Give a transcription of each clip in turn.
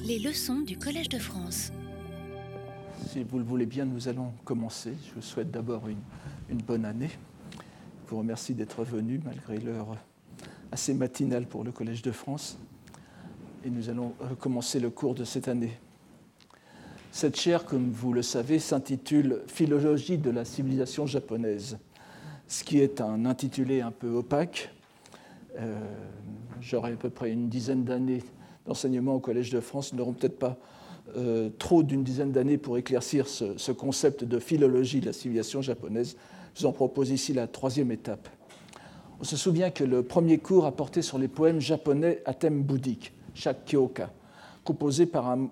Les leçons du Collège de France. Si vous le voulez bien, nous allons commencer. Je vous souhaite d'abord une bonne année. Je vous remercie d'être venus malgré l'heure assez matinale pour le Collège de France. Et nous allons commencer le cours de cette année. Cette chaire, comme vous le savez, s'intitule « Philologie de la civilisation japonaise », ce qui est un intitulé un peu opaque. J'aurai à peu près une dizaine d'années d'enseignement au Collège de France. Nous n'aurons peut-être pas trop d'une dizaine d'années pour éclaircir ce concept de philologie de la civilisation japonaise. Je vous en propose ici la troisième étape. On se souvient que le premier cours a porté sur les poèmes japonais à thème bouddhique, Shakkyoka, composé par un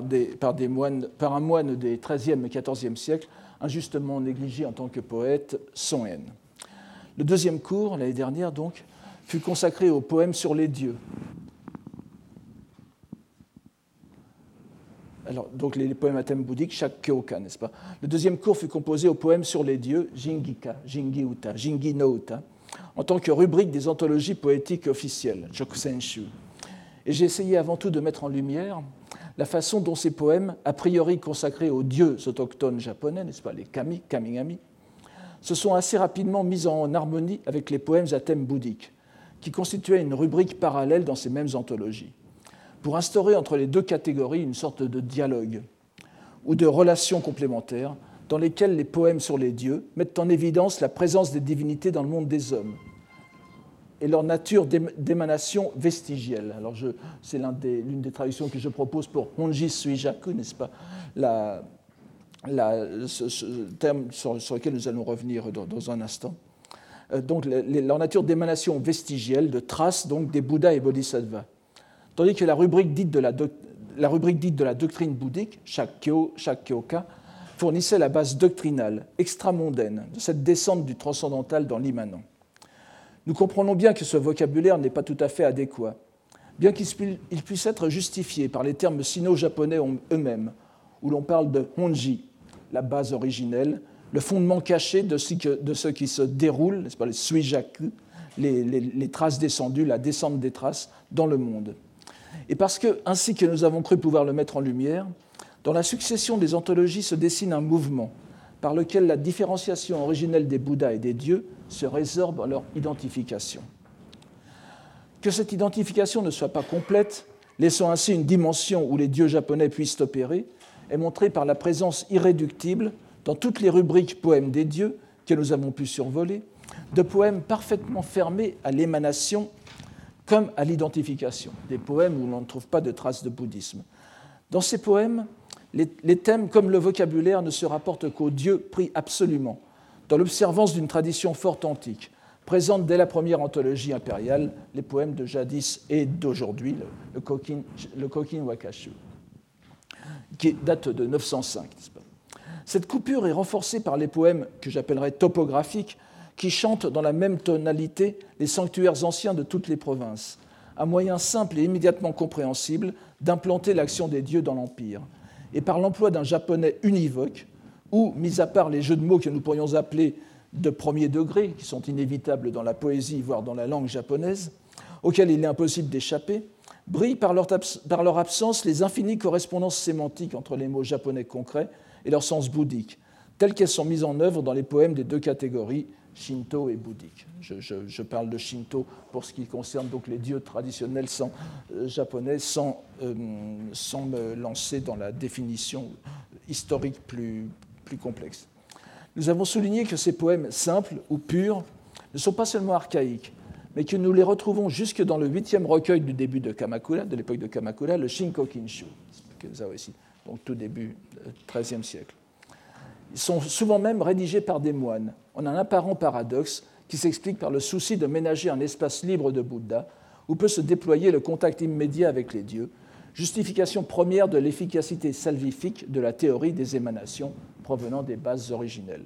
moine des XIIIe et XIVe siècles, injustement négligé en tant que poète, Son En. Le deuxième cours, l'année dernière donc, fut consacré aux poèmes sur les dieux. Alors, donc les poèmes à thème bouddhique, Shakkyoka, n'est-ce pas? Le deuxième cours fut composé aux poèmes sur les dieux, Jingika, Jingi-uta, Jingi no Uta, en tant que rubrique des anthologies poétiques officielles, Jokusenshu. Et j'ai essayé avant tout de mettre en lumière la façon dont ces poèmes, a priori consacrés aux dieux autochtones japonais, n'est-ce pas, les kami, kamigami, se sont assez rapidement mis en harmonie avec les poèmes à thème bouddhique, qui constituaient une rubrique parallèle dans ces mêmes anthologies, pour instaurer entre les deux catégories une sorte de dialogue ou de relations complémentaires dans lesquelles les poèmes sur les dieux mettent en évidence la présence des divinités dans le monde des hommes et leur nature d'émanation vestigielle. Alors c'est l'une des traductions que je propose pour Honji Suijaku, n'est-ce pas, ce terme sur lequel nous allons revenir dans un instant. Donc leur nature d'émanation vestigielle, de traces donc, des Bouddhas et Bodhisattvas. Tandis que la rubrique dite de la doctrine bouddhique, Shakkyoka, fournissait la base doctrinale, extramondaine, de cette descente du transcendantal dans l'immanent. Nous comprenons bien que ce vocabulaire n'est pas tout à fait adéquat, bien qu'il puisse être justifié par les termes sino-japonais eux-mêmes, où l'on parle de honji, la base originelle, le fondement caché de ce qui se déroule, n'est-ce pas, les suijaku, les traces descendues, la descente des traces dans le monde. Et parce que, ainsi que nous avons cru pouvoir le mettre en lumière, dans la succession des anthologies se dessine un mouvement par lequel la différenciation originelle des Bouddhas et des dieux se résorbe en leur identification. Que cette identification ne soit pas complète, laissant ainsi une dimension où les dieux japonais puissent opérer, est montrée par la présence irréductible, dans toutes les rubriques poèmes des dieux que nous avons pu survoler, de poèmes parfaitement fermés à l'émanation comme à l'identification, des poèmes où l'on ne trouve pas de traces de bouddhisme. Dans ces poèmes, les thèmes comme le vocabulaire ne se rapportent qu'aux dieux pris absolument, dans l'observance d'une tradition forte antique, présente dès la première anthologie impériale, les poèmes de jadis et d'aujourd'hui, le Kokin Wakashu, qui date de 905. Cette coupure est renforcée par les poèmes que j'appellerais topographiques, qui chantent dans la même tonalité les sanctuaires anciens de toutes les provinces, un moyen simple et immédiatement compréhensible d'implanter l'action des dieux dans l'Empire, et par l'emploi d'un japonais univoque, ou, mis à part les jeux de mots que nous pourrions appeler de premier degré, qui sont inévitables dans la poésie, voire dans la langue japonaise, auxquels il est impossible d'échapper, brillent par leur absence les infinies correspondances sémantiques entre les mots japonais concrets et leur sens bouddhique, telles qu'elles sont mises en œuvre dans les poèmes des deux catégories, Shinto et bouddhique. Je parle de Shinto pour ce qui concerne donc les dieux traditionnels japonais sans me lancer dans la définition historique plus complexe. Nous avons souligné que ces poèmes simples ou purs ne sont pas seulement archaïques, mais que nous les retrouvons jusque dans le 8e recueil du début de Kamakura, de l'époque de Kamakura, le Shinkokinshu, donc tout début du XIIIe siècle. Ils sont souvent même rédigés par des moines, en un apparent paradoxe qui s'explique par le souci de ménager un espace libre de Bouddha où peut se déployer le contact immédiat avec les dieux, justification première de l'efficacité salvifique de la théorie des émanations provenant des bases originelles.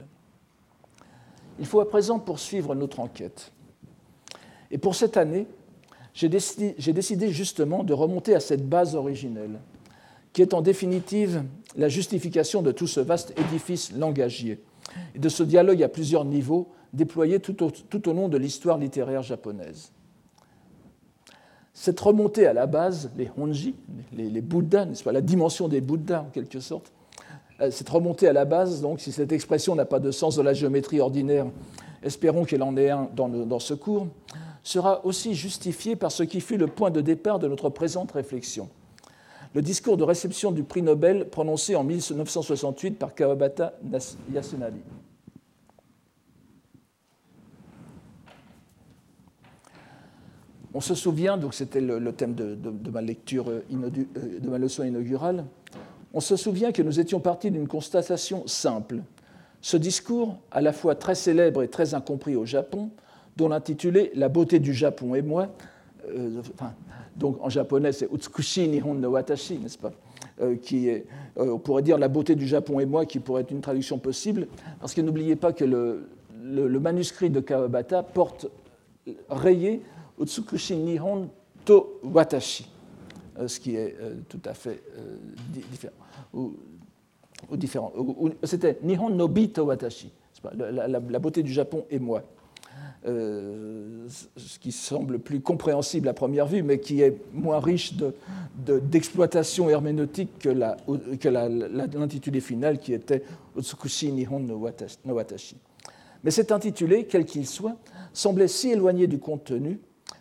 Il faut à présent poursuivre notre enquête. Et pour cette année, j'ai décidé justement de remonter à cette base originelle, qui est en définitive la justification de tout ce vaste édifice langagier et de ce dialogue à plusieurs niveaux déployé tout au long de l'histoire littéraire japonaise. Cette remontée à la base, les honji, les Bouddhas, n'est-ce pas, la dimension des Bouddhas en quelque sorte, cette remontée à la base, donc si cette expression n'a pas de sens dans la géométrie ordinaire, espérons qu'elle en ait un dans ce cours, sera aussi justifiée par ce qui fut le point de départ de notre présente réflexion. Le discours de réception du prix Nobel prononcé en 1968 par Kawabata Yasunari. On se souvient, donc c'était le thème de ma lecture, de ma leçon inaugurale, on se souvient que nous étions partis d'une constatation simple. Ce discours, à la fois très célèbre et très incompris au Japon, dont l'intitulé « La beauté du Japon et moi », donc en japonais c'est « Utsukushi Nihon no Watashi », n'est-ce pas, qui est, on pourrait dire « La beauté du Japon et moi », qui pourrait être une traduction possible, parce que n'oubliez pas que le manuscrit de Kawabata porte rayé « Utsukushi Nihon to Watashi », ce qui est tout à fait différent. C'était Nihon no bi to Watashi, la beauté du Japon et moi. Ce qui semble plus compréhensible à première vue, mais qui est moins riche d'exploitation herméneutique que l'intitulé final qui était Utsukushi Nihon no Watashi. Mais cet intitulé, quel qu'il soit, semblait si éloigné du contenu,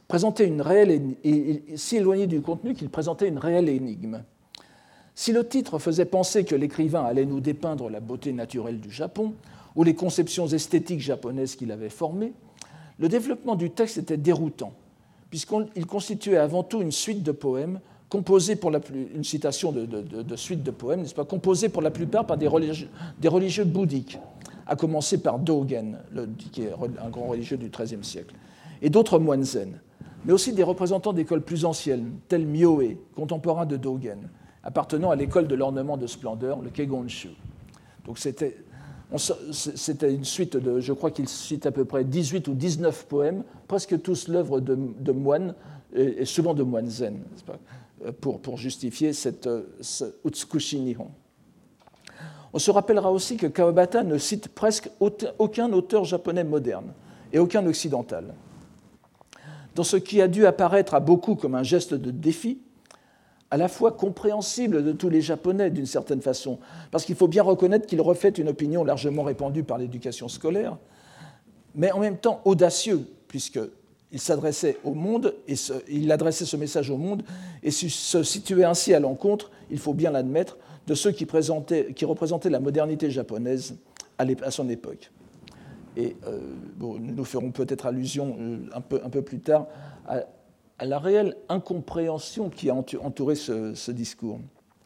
si éloigné du contenu qu'il présentait une réelle énigme. Si le titre faisait penser que l'écrivain allait nous dépeindre la beauté naturelle du Japon ou les conceptions esthétiques japonaises qu'il avait formées, le développement du texte était déroutant, puisqu'il constituait avant tout une suite de poèmes composés une citation de suite de poèmes, n'est-ce pas, composés pour la plupart par des religieux bouddhiques, à commencer par Dogen, qui est un grand religieux du XIIIe siècle, et d'autres moines zen, mais aussi des représentants d'écoles plus anciennes, tels Myoe, contemporain de Dogen, appartenant à l'école de l'ornement de splendeur, le Kegonshu. Donc c'était une suite de, je crois qu'il cite à peu près 18 ou 19 poèmes, presque tous l'œuvre de moines, et souvent de moines zen, n'est-ce pas, pour justifier ce Utsukushi Nihon. On se rappellera aussi que Kawabata ne cite presque aucun auteur japonais moderne et aucun occidental. Dans ce qui a dû apparaître à beaucoup comme un geste de défi, à la fois compréhensible de tous les Japonais d'une certaine façon, parce qu'il faut bien reconnaître qu'il reflète une opinion largement répandue par l'éducation scolaire, mais en même temps audacieux, puisqu'il s'adressait au monde, il adressait ce message au monde, et se situait ainsi à l'encontre, il faut bien l'admettre, de ceux qui représentaient la modernité japonaise à son époque. Et nous ferons peut-être allusion un peu plus tard à la réelle incompréhension qui a entouré ce discours.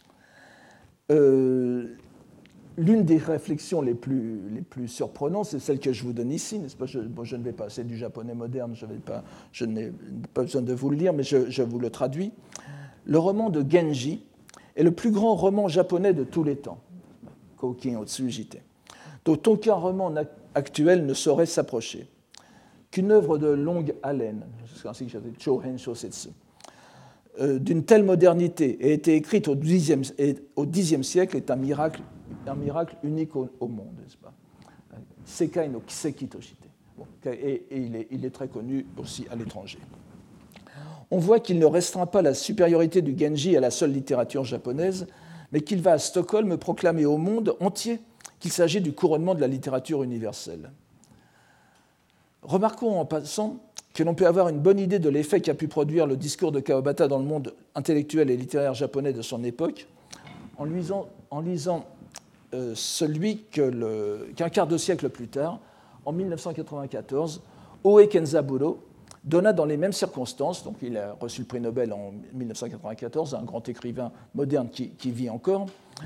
L'une des réflexions les plus surprenantes, c'est celle que je vous donne ici, n'est-ce pas, je ne vais pas, c'est du japonais moderne, je n'ai pas besoin de vous le lire, mais je vous le traduis. Le roman de Genji est le plus grand roman japonais de tous les temps, Koukin Otsujite, dont aucun roman actuel ne saurait s'approcher. Qu'une œuvre de longue haleine, c'est ainsi que j'appelle Chōhen Shosetsu, d'une telle modernité ait été écrite au Xe siècle est un miracle unique au monde, n'est-ce pas? Sekai no Kiseki Toshite. Et il est très connu aussi à l'étranger. On voit qu'il ne restreint pas la supériorité du Genji à la seule littérature japonaise, mais qu'il va à Stockholm proclamer au monde entier qu'il s'agit du couronnement de la littérature universelle. Remarquons en passant que l'on peut avoir une bonne idée de l'effet qu'a pu produire le discours de Kawabata dans le monde intellectuel et littéraire japonais de son époque en lisant celui qu'un quart de siècle plus tard, en 1994, Oe Kenzaburo donna dans les mêmes circonstances, donc il a reçu le prix Nobel en 1994, un grand écrivain moderne qui vit encore,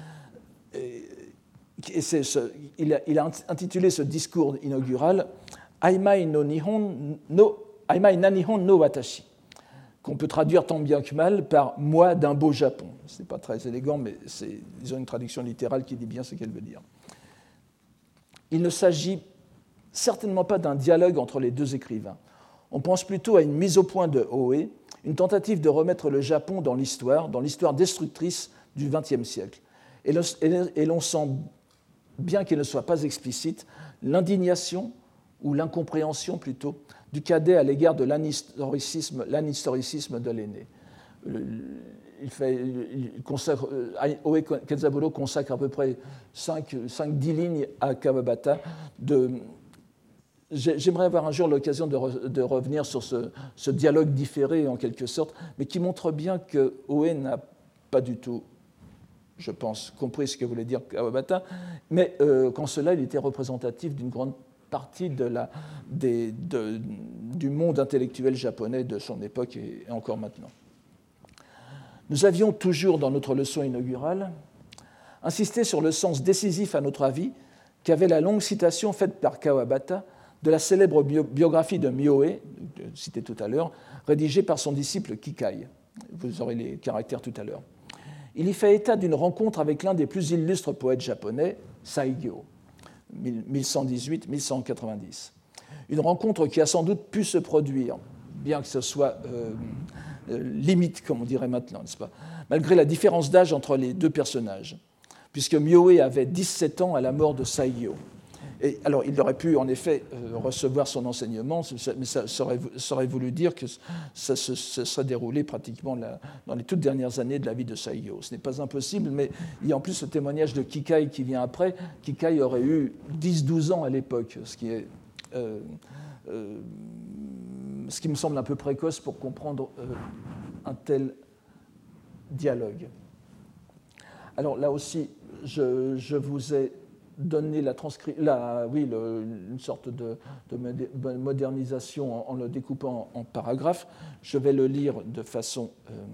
il a intitulé ce discours inaugural Aimai na Nihon no Watashi, qu'on peut traduire tant bien que mal par « moi d'un beau Japon ». Ce n'est pas très élégant, mais ils ont une traduction littérale qui dit bien ce qu'elle veut dire. Il ne s'agit certainement pas d'un dialogue entre les deux écrivains. On pense plutôt à une mise au point de Oe, une tentative de remettre le Japon dans l'histoire destructrice du XXe siècle. Et l'on sent, bien qu'il ne soit pas explicite, l'indignation ou l'incompréhension plutôt du cadet à l'égard de l'anhistoricisme de l'aîné. Oe Kenzaburo consacre à peu près 5-10 lignes à Kawabata. J'aimerais avoir un jour l'occasion de revenir sur ce dialogue différé, en quelque sorte, mais qui montre bien que Oe n'a pas du tout, je pense, compris ce que voulait dire Kawabata, mais qu'en cela, il était représentatif d'une grande partie du monde intellectuel japonais de son époque et encore maintenant. Nous avions toujours, dans notre leçon inaugurale, insisté sur le sens décisif, à notre avis, qu'avait la longue citation faite par Kawabata de la célèbre biographie de Myoe, citée tout à l'heure, rédigée par son disciple Kikai. Vous aurez les caractères tout à l'heure. Il y fait état d'une rencontre avec l'un des plus illustres poètes japonais, Saigyo, 1118-1190. Une rencontre qui a sans doute pu se produire, bien que ce soit limite, comme on dirait maintenant, n'est-ce pas, malgré la différence d'âge entre les deux personnages, puisque Myoe avait 17 ans à la mort de Saigyo. Et alors, il aurait pu en effet recevoir son enseignement, mais ça aurait voulu dire que ça se serait déroulé pratiquement dans les toutes dernières années de la vie de Saigyo. Ce n'est pas impossible, mais il y a en plus le témoignage de Kikai qui vient après. Kikai aurait eu 10-12 ans à l'époque, ce qui me semble un peu précoce pour comprendre un tel dialogue. Alors là aussi, je vous ai donné une sorte de modernisation en le découpant en paragraphes. Je vais le lire de façon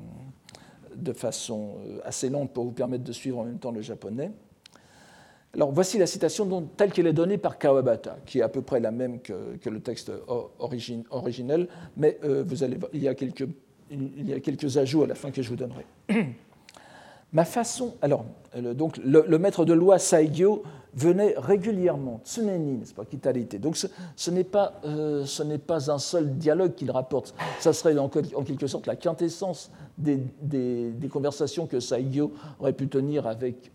assez lente pour vous permettre de suivre en même temps le japonais. Alors voici la citation telle qu'elle est donnée par Kawabata, qui est à peu près la même que le texte originel, mais il y a quelques ajouts à la fin que je vous donnerai. Ma façon. Alors, donc, le maître de loi Saigyo venait régulièrement, tsuneni, n'est-ce pas, kitarite. Donc, ce n'est pas un seul dialogue qu'il rapporte. Ça serait en quelque sorte la quintessence des conversations que Saigyo aurait pu tenir avec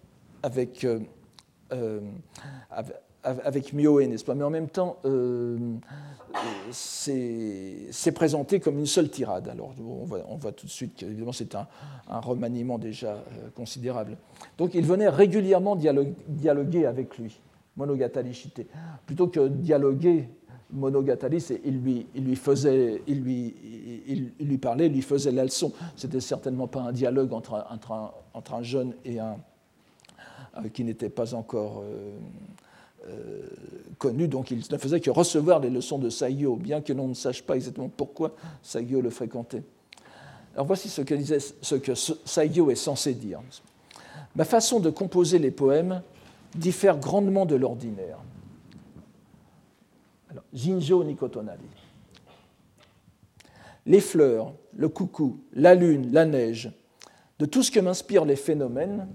Myoe, n'est-ce pas? Mais en même temps, c'est présenté comme une seule tirade. Alors, on voit tout de suite qu'évidemment, c'est un remaniement déjà considérable. Donc, il venait régulièrement dialoguer avec lui, Monogatari Shite. Plutôt que dialoguer, Monogatari, il lui parlait, il lui faisait la leçon. C'était certainement pas un dialogue entre un jeune et un qui n'était pas encore connu, donc il ne faisait que recevoir les leçons de Saigyo, bien que l'on ne sache pas exactement pourquoi Saigyo le fréquentait. Alors voici ce que Saigyo est censé dire. Ma façon de composer les poèmes diffère grandement de l'ordinaire. Alors, Jinjo Nikotonari. Les fleurs, le coucou, la lune, la neige, de tout ce que m'inspirent les phénomènes,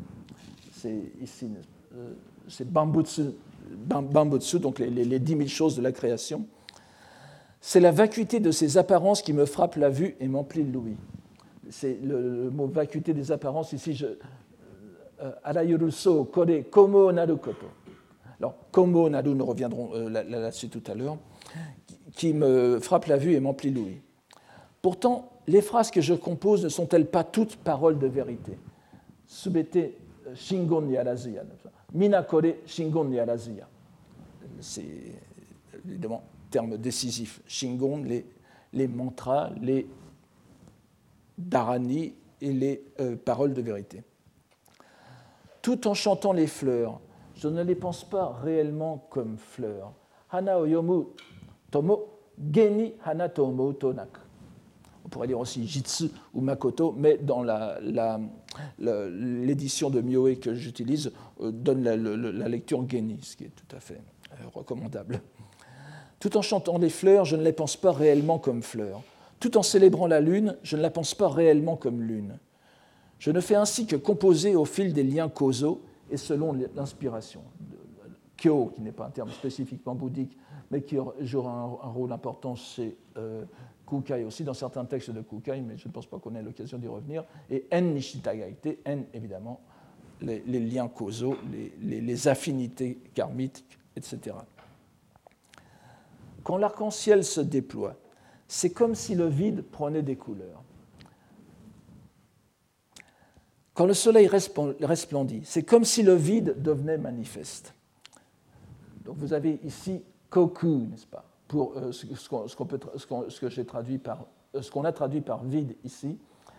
c'est Bambutsu, donc les 10 000 choses de la création. C'est la vacuité de ces apparences qui me frappe la vue et m'emplit l'ouïe. C'est le mot vacuité des apparences, ici, Arayuruso kore komo naru koto. Alors, komo naru, nous reviendrons là-dessus tout à l'heure, qui me frappe la vue et m'emplit l'ouïe. Pourtant, les phrases que je compose ne sont-elles pas toutes paroles de vérité? Subete Shingon Yarazuya. Minakore Shingon Yarazuya. C'est évidemment terme décisif. Shingon, les mantras, les dharani et les paroles de vérité. Tout en chantant les fleurs, je ne les pense pas réellement comme fleurs. Hana o yomu tomo geni hana tomo tonaku. On pourrait dire aussi Jitsu ou Makoto, mais dans l'édition de Myoe que j'utilise, donne la lecture Geni, ce qui est tout à fait recommandable. Tout en chantant les fleurs, je ne les pense pas réellement comme fleurs. Tout en célébrant la lune, je ne la pense pas réellement comme lune. Je ne fais ainsi que composer au fil des liens causaux et selon l'inspiration. Kyo, qui n'est pas un terme spécifiquement bouddhique, mais qui jouera un rôle important chez Kukai aussi, dans certains textes de Kukai, mais je ne pense pas qu'on ait l'occasion d'y revenir. Et En Nishitagaite, En, évidemment, les liens causaux, les affinités karmiques, etc. quand l'arc-en-ciel se déploie, c'est comme si le vide prenait des couleurs. Quand le soleil resplendit, c'est comme si le vide devenait manifeste. Donc vous avez ici koku, n'est-ce pas, pour ce qu'on a traduit par vide ici.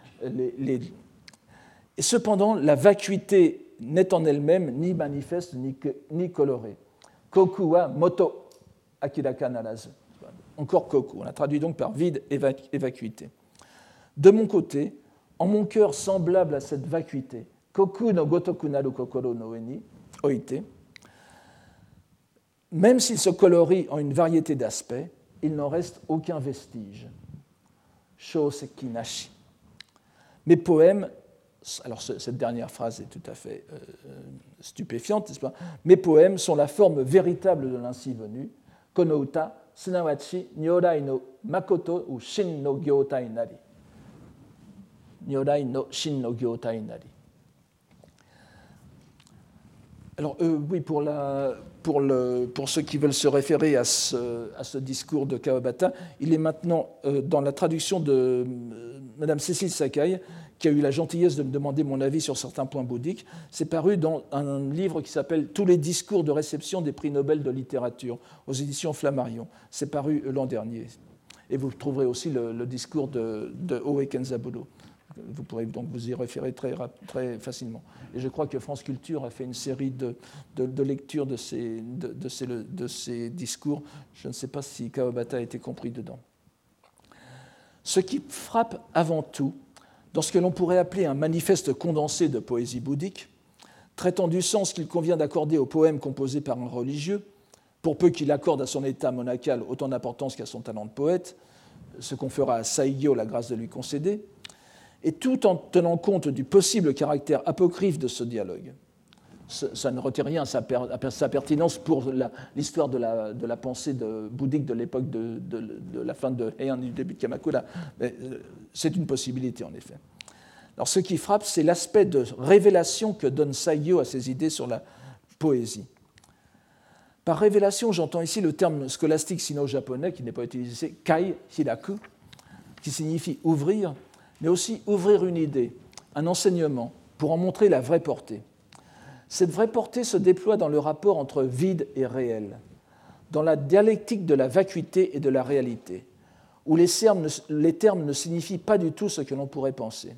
Et cependant, la vacuité n'est en elle-même ni manifeste ni colorée. Koku wa moto akiraka narazu. Encore koku. On a traduit donc par vide et vacuité. De mon côté, en mon cœur semblable à cette vacuité, koku no gotoku naru kokoro no ue ni oite, même s'il se colorie en une variété d'aspects, il n'en reste aucun vestige. Shōseki nashi. Mes poèmes, alors cette dernière phrase est tout à fait stupéfiante, n'est-ce pas? Mes poèmes sont la forme véritable de l'ainsi venu. Kono uta, sunawachi, nyorai no makoto ou shin no gyotai nari. Nyorai no shin no gyotai nari. Alors, oui, pour ceux qui veulent se référer à ce discours de Kawabata, il est maintenant dans la traduction de Mme Cécile Sakai, qui a eu la gentillesse de me demander mon avis sur certains points bouddhiques. C'est paru dans un livre qui s'appelle « Tous les discours de réception des prix Nobel de littérature » aux éditions Flammarion. C'est paru l'an dernier. Et vous trouverez aussi le discours de Oe Kenzaburo. Vous pourrez donc vous y référer très facilement. Et je crois que France Culture a fait une série de lectures de ces discours. Je ne sais pas si Kawabata a été compris dedans. Ce qui frappe avant tout, dans ce que l'on pourrait appeler un manifeste condensé de poésie bouddhique, traitant du sens qu'il convient d'accorder aux poèmes composés par un religieux, pour peu qu'il accorde à son état monacal autant d'importance qu'à son talent de poète, ce qu'on fera à Saigyo la grâce de lui concéder, et tout en tenant compte du possible caractère apocryphe de ce dialogue. Ça ne retire rien à sa pertinence pour l'histoire de la pensée bouddhique de l'époque de la fin de Heian et du début de Kamakura. Mais c'est une possibilité, en effet. Alors, ce qui frappe, c'est l'aspect de révélation que donne Saigyo à ses idées sur la poésie. Par révélation, j'entends ici le terme scolastique sino-japonais, qui n'est pas utilisé, kai hiraku, qui signifie ouvrir, mais aussi ouvrir une idée, un enseignement, pour en montrer la vraie portée. Cette vraie portée se déploie dans le rapport entre vide et réel, dans la dialectique de la vacuité et de la réalité, où les termes ne signifient pas du tout ce que l'on pourrait penser.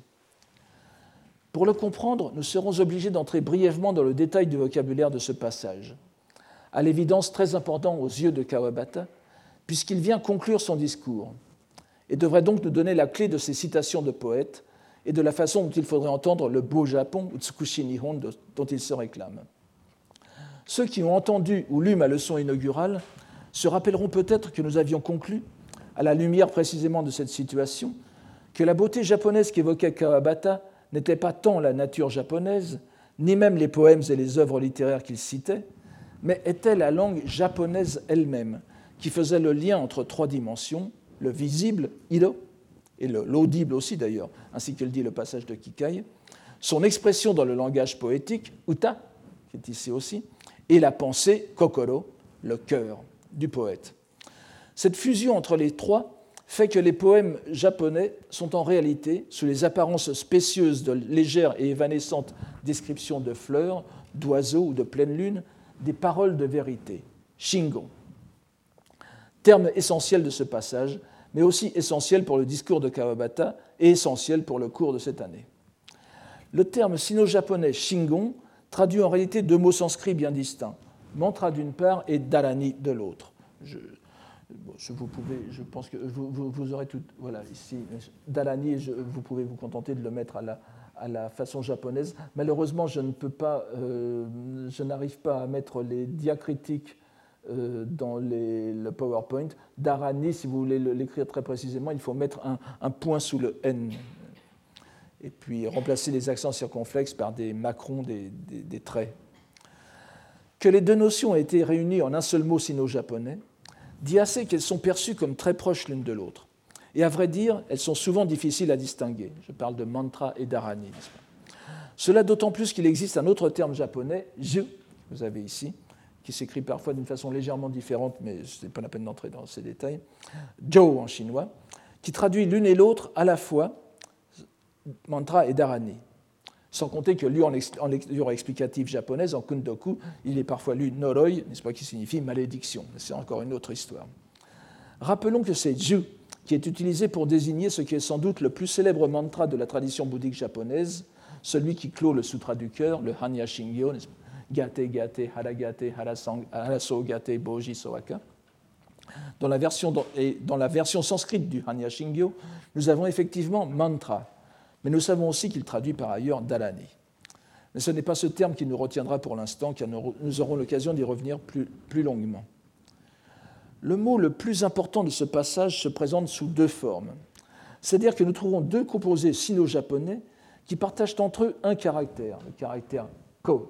Pour le comprendre, nous serons obligés d'entrer brièvement dans le détail du vocabulaire de ce passage, à l'évidence très important aux yeux de Kawabata, puisqu'il vient conclure son discours, et devrait donc nous donner la clé de ces citations de poètes et de la façon dont il faudrait entendre le beau Japon, ou Tsukushi Nihon, dont il se réclame. Ceux qui ont entendu ou lu ma leçon inaugurale se rappelleront peut-être que nous avions conclu, à la lumière précisément de cette situation, que la beauté japonaise qu'évoquait Kawabata n'était pas tant la nature japonaise, ni même les poèmes et les œuvres littéraires qu'il citait, mais était la langue japonaise elle-même, qui faisait le lien entre trois dimensions, le visible, iro, et l'audible aussi d'ailleurs, ainsi que le dit le passage de Kikai, son expression dans le langage poétique, uta, qui est ici aussi, et la pensée, kokoro, le cœur du poète. Cette fusion entre les trois fait que les poèmes japonais sont en réalité, sous les apparences spécieuses de légères et évanescentes descriptions de fleurs, d'oiseaux ou de pleine lune, des paroles de vérité, shingon. Terme essentiel de ce passage, mais aussi essentiel pour le discours de Kawabata et essentiel pour le cours de cette année. Le terme sino-japonais shingon traduit en réalité deux mots sanscrits bien distincts, mantra d'une part et dharani de l'autre. Je pense que vous aurez tout. Voilà, ici, dharani, vous pouvez vous contenter de le mettre à la façon japonaise. Malheureusement, je n'arrive pas à mettre les diacritiques dans le PowerPoint. Dharani, si vous voulez l'écrire très précisément, il faut mettre un point sous le N et puis remplacer les accents circonflexes par des macrons, des traits. Que les deux notions aient été réunies en un seul mot sino-japonais dit assez qu'elles sont perçues comme très proches l'une de l'autre. Et à vrai dire, elles sont souvent difficiles à distinguer. Je parle de mantra et dharani. Cela d'autant plus qu'il existe un autre terme japonais, ju, vous avez ici, qui s'écrit parfois d'une façon légèrement différente, mais ce n'est pas la peine d'entrer dans ces détails, Zhou en chinois, qui traduit l'une et l'autre à la fois mantra et dharani. Sans compter que lu en lecture explicative japonaise, en kundoku, il est parfois lu noroi, n'est-ce pas, qui signifie malédiction. C'est encore une autre histoire. Rappelons que c'est Ju qui est utilisé pour désigner ce qui est sans doute le plus célèbre mantra de la tradition bouddhique japonaise, celui qui clôt le sutra du cœur, le Hanya Shingyo, Gate Gate Haragate Haraso Gate Boji Soaka. Dans la version sanskrite du Hanya Shingyo, nous avons effectivement mantra, mais nous savons aussi qu'il traduit par ailleurs dharani. Mais ce n'est pas ce terme qui nous retiendra pour l'instant, car nous aurons l'occasion d'y revenir plus longuement. Le mot le plus important de ce passage se présente sous deux formes. C'est-à-dire que nous trouvons deux composés sino-japonais qui partagent entre eux un caractère, le caractère ko,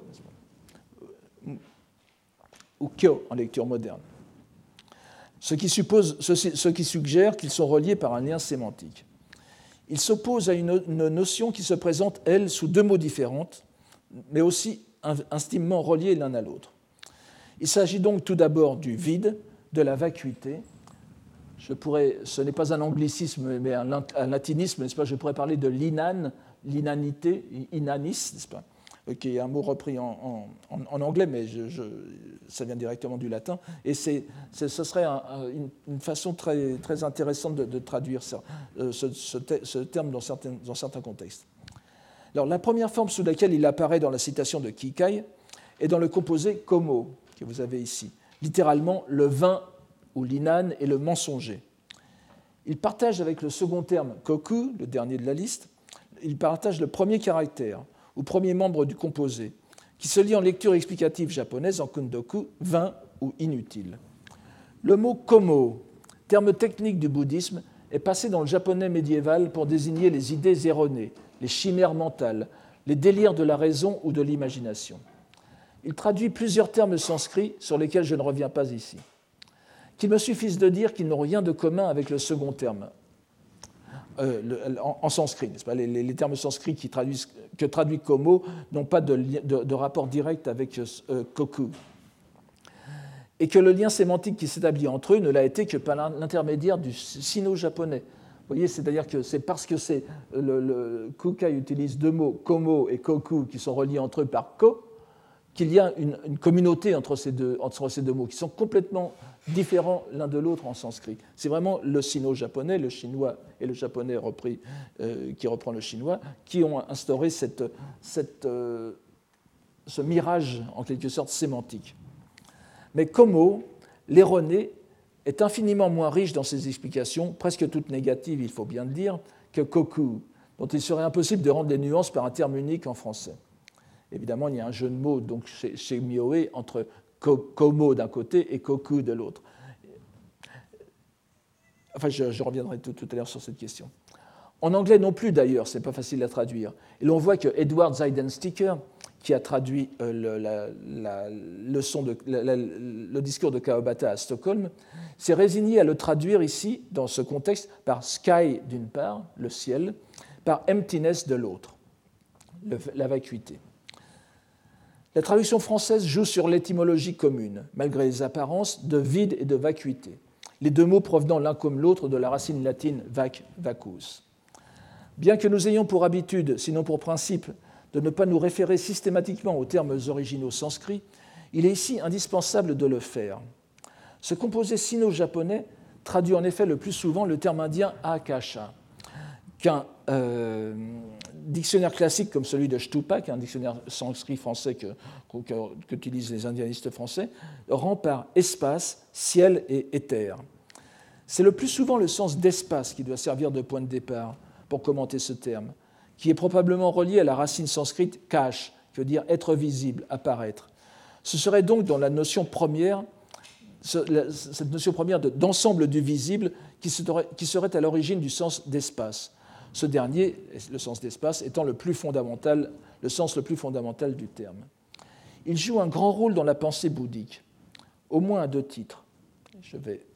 ou kyo en lecture moderne, ce qui suggère qu'ils sont reliés par un lien sémantique. Ils s'opposent à une notion qui se présente, elle, sous deux mots différents, mais aussi intimement reliés l'un à l'autre. Il s'agit donc tout d'abord du vide, de la vacuité. Ce n'est pas un anglicisme, mais un latinisme, n'est-ce pas? Je pourrais parler de l'inanité, inanis, n'est-ce pas? Qui est un mot repris en anglais, mais ça vient directement du latin. Et ce serait une façon très, très intéressante de traduire ce terme dans certains contextes. Alors, la première forme sous laquelle il apparaît dans la citation de Kikai est dans le composé komo, que vous avez ici. Littéralement, le vain ou l'inan et le mensonger. Il partage avec le second terme, koku, le dernier de la liste, il partage le premier caractère, ou premier membre du composé, qui se lit en lecture explicative japonaise en kundoku, vain ou inutile. Le mot komo, terme technique du bouddhisme, est passé dans le japonais médiéval pour désigner les idées erronées, les chimères mentales, les délires de la raison ou de l'imagination. Il traduit plusieurs termes sanscrits sur lesquels je ne reviens pas ici. Qu'il me suffise de dire qu'ils n'ont rien de commun avec le second terme, en sanskrit. N'est-ce pas? Les termes sanscrits que traduit komo n'ont pas de rapport direct avec koku. Et que le lien sémantique qui s'établit entre eux ne l'a été que par l'intermédiaire du sino-japonais. Vous voyez, c'est-à-dire que c'est parce que le Kukai utilise deux mots, komo et koku, qui sont reliés entre eux par ko, qu'il y a une communauté entre ces deux mots, qui sont complètement différents l'un de l'autre en sanskrit. C'est vraiment le sino-japonais, le chinois et le japonais qui reprend le chinois, qui ont instauré ce mirage, en quelque sorte, sémantique. Mais komo, l'erroné, est infiniment moins riche dans ses explications, presque toutes négatives, il faut bien le dire, que koku, dont il serait impossible de rendre les nuances par un terme unique en français. Évidemment, il y a un jeu de mots donc, chez Mioé entre komo d'un côté et koku de l'autre. Enfin, je reviendrai tout à l'heure sur cette question. En anglais non plus, d'ailleurs, ce n'est pas facile à traduire. Et l'on voit que Edward Zeidensticker, qui a traduit le discours de Kawabata à Stockholm, s'est résigné à le traduire ici, dans ce contexte, par sky d'une part, le ciel, par emptiness de l'autre, la vacuité. La traduction française joue sur l'étymologie commune, malgré les apparences de vide et de vacuité, les deux mots provenant l'un comme l'autre de la racine latine vac, vacus. Bien que nous ayons pour habitude, sinon pour principe, de ne pas nous référer systématiquement aux termes originaux sanscrits, il est ici indispensable de le faire. Ce composé sino-japonais traduit en effet le plus souvent le terme indien akasha, qu'un dictionnaire classique comme celui de Stupak, un dictionnaire sanskrit français qu'utilisent les indianistes français, rend par espace, ciel et éther. C'est le plus souvent le sens d'espace qui doit servir de point de départ pour commenter ce terme, qui est probablement relié à la racine sanscrite kash, qui veut dire être visible, apparaître. Ce serait donc dans la notion première, cette notion première d'ensemble du visible, qui serait à l'origine du sens d'espace. Ce dernier, le sens d'espace, étant le sens le plus fondamental du terme. Il joue un grand rôle dans la pensée bouddhique, au moins à deux titres. Je vais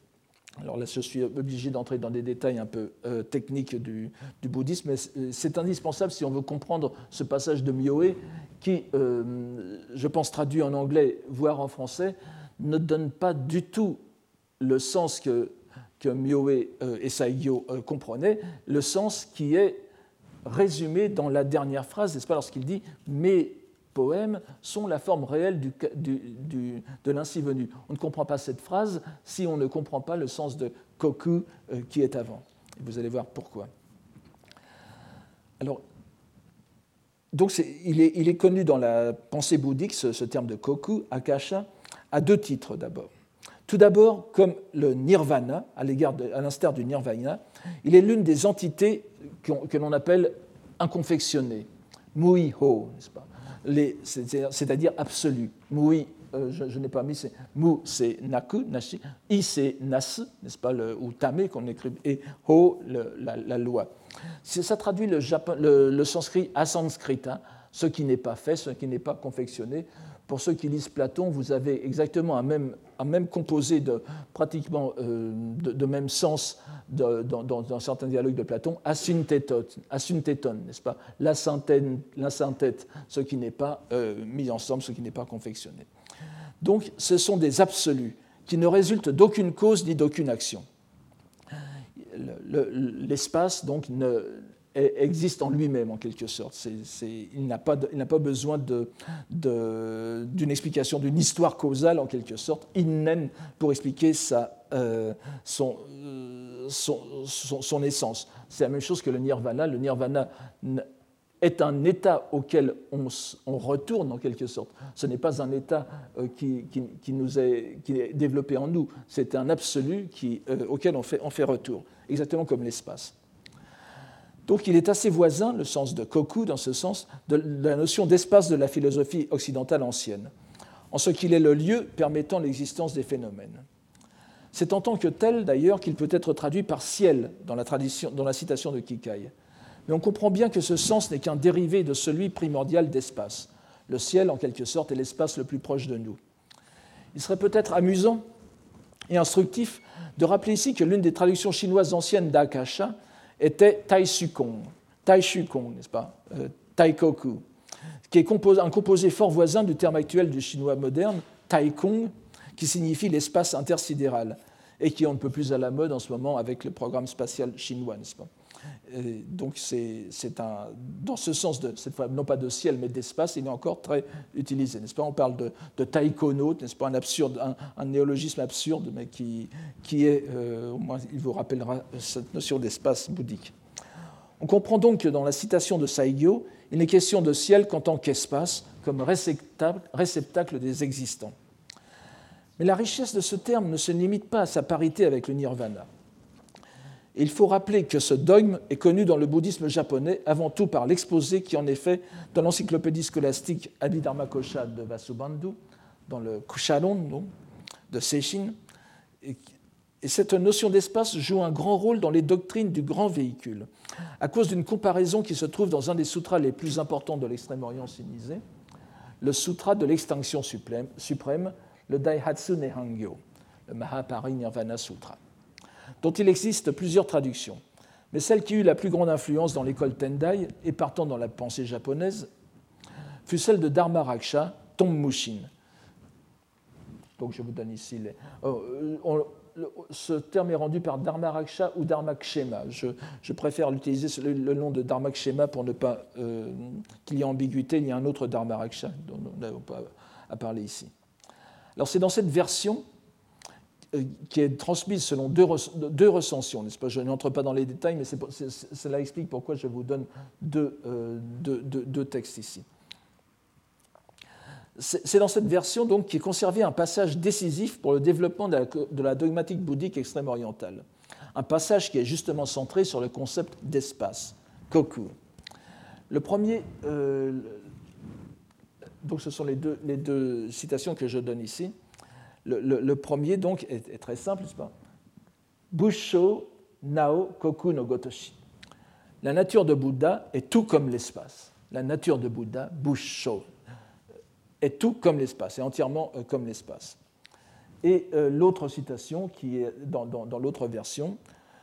Alors là, je suis obligé d'entrer dans des détails un peu techniques du bouddhisme, mais c'est indispensable si on veut comprendre ce passage de Myoé qui, je pense, traduit en anglais, voire en français, ne donne pas du tout le sens que Myoé et Saigyo comprenaient, le sens qui est résumé dans la dernière phrase, n'est-ce pas, lorsqu'il dit « mes poèmes sont la forme réelle de l'ainsi venu ». On ne comprend pas cette phrase si on ne comprend pas le sens de « koku » qui est avant. Et vous allez voir pourquoi. Alors, donc il est connu dans la pensée bouddhique, ce terme de « koku », akasha, à deux titres d'abord. Tout d'abord, comme le nirvana, à l'instar du nirvana, il est l'une des entités que l'on appelle inconfectionnées, mui-ho, n'est-ce pas, c'est-à-dire absolu. Mui, je n'ai pas mis, mu c'est naku, nashi, i c'est nas, n'est-ce pas, ou tame qu'on écrit, et ho, la loi. Ça traduit le sanskrit asanskrita, ce qui n'est pas fait, ce qui n'est pas confectionné. Pour ceux qui lisent Platon, vous avez exactement un même composé pratiquement de même sens dans certains dialogues de Platon, asyntéton, n'est-ce pas, la synthète, ce qui n'est pas mis ensemble, ce qui n'est pas confectionné. Donc, ce sont des absolus qui ne résultent d'aucune cause ni d'aucune action. L'espace, donc, existe en lui-même, en quelque sorte. Il n'a pas besoin d'une explication, d'une histoire causale, en quelque sorte, innen, pour expliquer son essence. C'est la même chose que le nirvana. Le nirvana est un état auquel on retourne, en quelque sorte. Ce n'est pas un état qui est développé en nous. C'est un absolu auquel on fait retour, exactement comme l'espace. Donc il est assez voisin, le sens de koku, dans ce sens, de la notion d'espace de la philosophie occidentale ancienne, en ce qu'il est le lieu permettant l'existence des phénomènes. C'est en tant que tel, d'ailleurs, qu'il peut être traduit par ciel dans la citation de Kikai. Mais on comprend bien que ce sens n'est qu'un dérivé de celui primordial d'espace. Le ciel, en quelque sorte, est l'espace le plus proche de nous. Il serait peut-être amusant et instructif de rappeler ici que l'une des traductions chinoises anciennes d'Akasha était Taishukong, n'est-ce pas, Taikoku, qui est un composé fort voisin du terme actuel du chinois moderne, Taikong, qui signifie l'espace intersidéral, et qui est on ne peut plus à la mode en ce moment avec le programme spatial chinois, n'est-ce pas. Et donc dans ce sens, cette fois, non pas de ciel, mais d'espace, il est encore très utilisé, n'est-ce pas. On parle de taïkonaute, n'est-ce pas, un néologisme absurde, mais qui est, au moins il vous rappellera cette notion d'espace bouddhique. On comprend donc que dans la citation de Saigyo, il n'est question de ciel qu'en tant qu'espace, comme réceptacle des existants. Mais la richesse de ce terme ne se limite pas à sa parité avec le nirvana. Il faut rappeler que ce dogme est connu dans le bouddhisme japonais avant tout par l'exposé qui en est fait dans l'encyclopédie scolastique Abhidharmakosha de Vasubandhu, dans le Kusharon de Seishin. Et cette notion d'espace joue un grand rôle dans les doctrines du grand véhicule, à cause d'une comparaison qui se trouve dans un des sutras les plus importants de l'Extrême-Orient sinisé, le sutra de l'extinction suprême, le Daihatsu Nihangyo, le Mahaparinirvana Sutra, dont il existe plusieurs traductions. Mais celle qui eut la plus grande influence dans l'école Tendai et partant dans la pensée japonaise fut celle de Dharmaraksha Tongmushin. Donc je vous donne ici ce terme est rendu par Dharmaraksha ou Dharmakshema. Je préfère utiliser le nom de Dharmakshema pour ne pas qu'il y ait ambiguïté. Il y a un autre Dharmaraksha dont nous n'avons pas à parler ici. Alors c'est dans cette version qui est transmise selon deux recensions, n'est-ce pas ? Je n'entre pas dans les détails, mais cela explique pourquoi je vous donne deux textes ici. C'est dans cette version donc qui est conservé un passage décisif pour le développement de la dogmatique bouddhique extrême-orientale. Un passage qui est justement centré sur le concept d'espace, koku. Le premier, donc ce sont les deux citations que je donne ici. Le premier, donc, est très simple, n'est-ce pas ? Busho nao koku no gotoshi. La nature de Bouddha est tout comme l'espace. La nature de Bouddha, Busho, est tout comme l'espace, est entièrement comme l'espace. Et l'autre citation qui est dans l'autre version.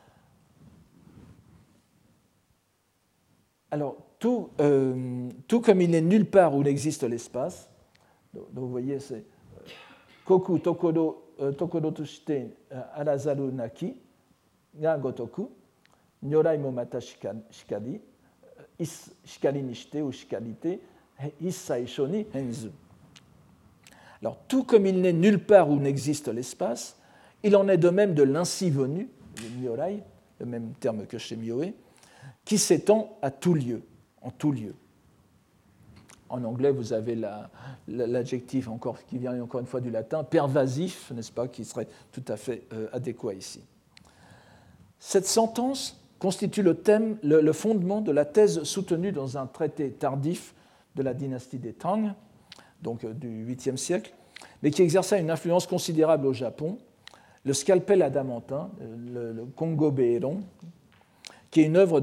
Alors, tout comme il n'est nulle part où n'existe l'espace, donc vous voyez, c'est Koku tokodo to shite arazaru naki ga gotoku, nyorai mo mata shikari, shikari ni shite ou shikarite, issai sho ni henzu. Alors, tout comme il n'est nulle part où n'existe l'espace, il en est de même de l'ainsi venu, le nyorai, le même terme que chez Mioé, qui s'étend à tout lieu, en tout lieu. En anglais, vous avez l'adjectif qui vient encore une fois du latin, pervasif, n'est-ce pas, qui serait tout à fait adéquat ici. Cette sentence constitue le fondement de la thèse soutenue dans un traité tardif de la dynastie des Tang, donc du 8e siècle, mais qui exerça une influence considérable au Japon, le scalpel adamantin, le Kongo Beiron, qui est une œuvre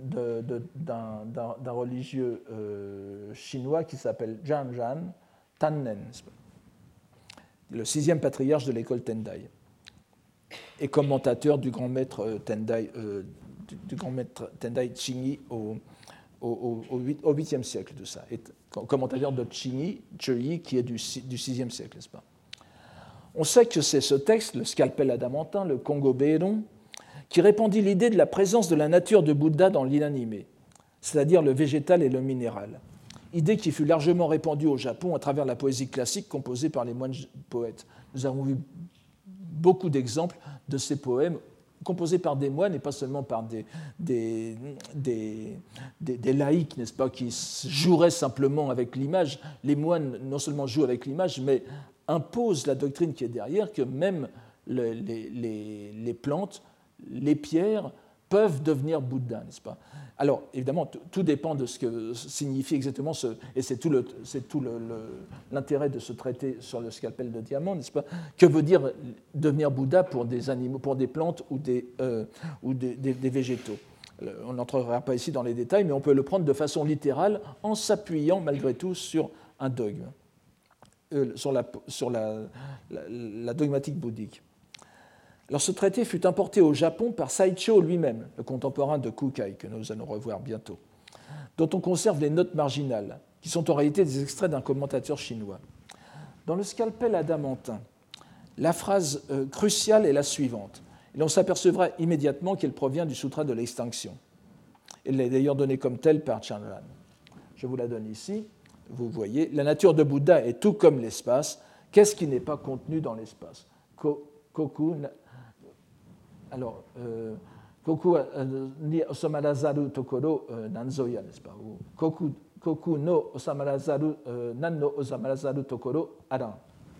d'un religieux chinois qui s'appelle Zhang Tannen, le 6e patriarche de l'école Tendai, et commentateur du grand maître Tendai, Qingyi au 8e siècle de ça, et commentateur de Qingyi, qui est du 6e siècle, n'est-ce pas? On sait que c'est ce texte, le scalpel adamantin, le Kongo Beiron, qui répandit l'idée de la présence de la nature de Bouddha dans l'inanimé, c'est-à-dire le végétal et le minéral, idée qui fut largement répandue au Japon à travers la poésie classique composée par les moines poètes. Nous avons vu beaucoup d'exemples de ces poèmes composés par des moines et pas seulement par des laïcs, n'est-ce pas, qui joueraient simplement avec l'image. Les moines non seulement jouent avec l'image, mais imposent la doctrine qui est derrière, que même les plantes, les pierres peuvent devenir Bouddha, n'est-ce pas? Alors, évidemment, tout dépend de ce que signifie exactement et c'est tout l'intérêt de ce traité sur le scalpel de diamant, n'est-ce pas? Que veut dire devenir Bouddha pour des animaux, pour des plantes ou des végétaux? On n'entrera pas ici dans les détails, mais on peut le prendre de façon littérale en s'appuyant malgré tout sur un dogme, sur la dogmatique bouddhique. Alors, ce traité fut importé au Japon par Saicho lui-même, le contemporain de Kukai, que nous allons revoir bientôt, dont on conserve les notes marginales, qui sont en réalité des extraits d'un commentateur chinois. Dans le scalpel adamantin, la phrase cruciale est la suivante, et l'on s'apercevra immédiatement qu'elle provient du Sutra de l'extinction. Elle est d'ailleurs donnée comme telle par Chandran. Je vous la donne ici. Vous voyez, la nature de Bouddha est tout comme l'espace. Qu'est-ce qui n'est pas contenu dans l'espace? Koku. Alors, Koku ni osamarazaru tokoro nanzoya, n'est-ce pas? Koku no osamarazaru nan no osamarazaru tokoro aran.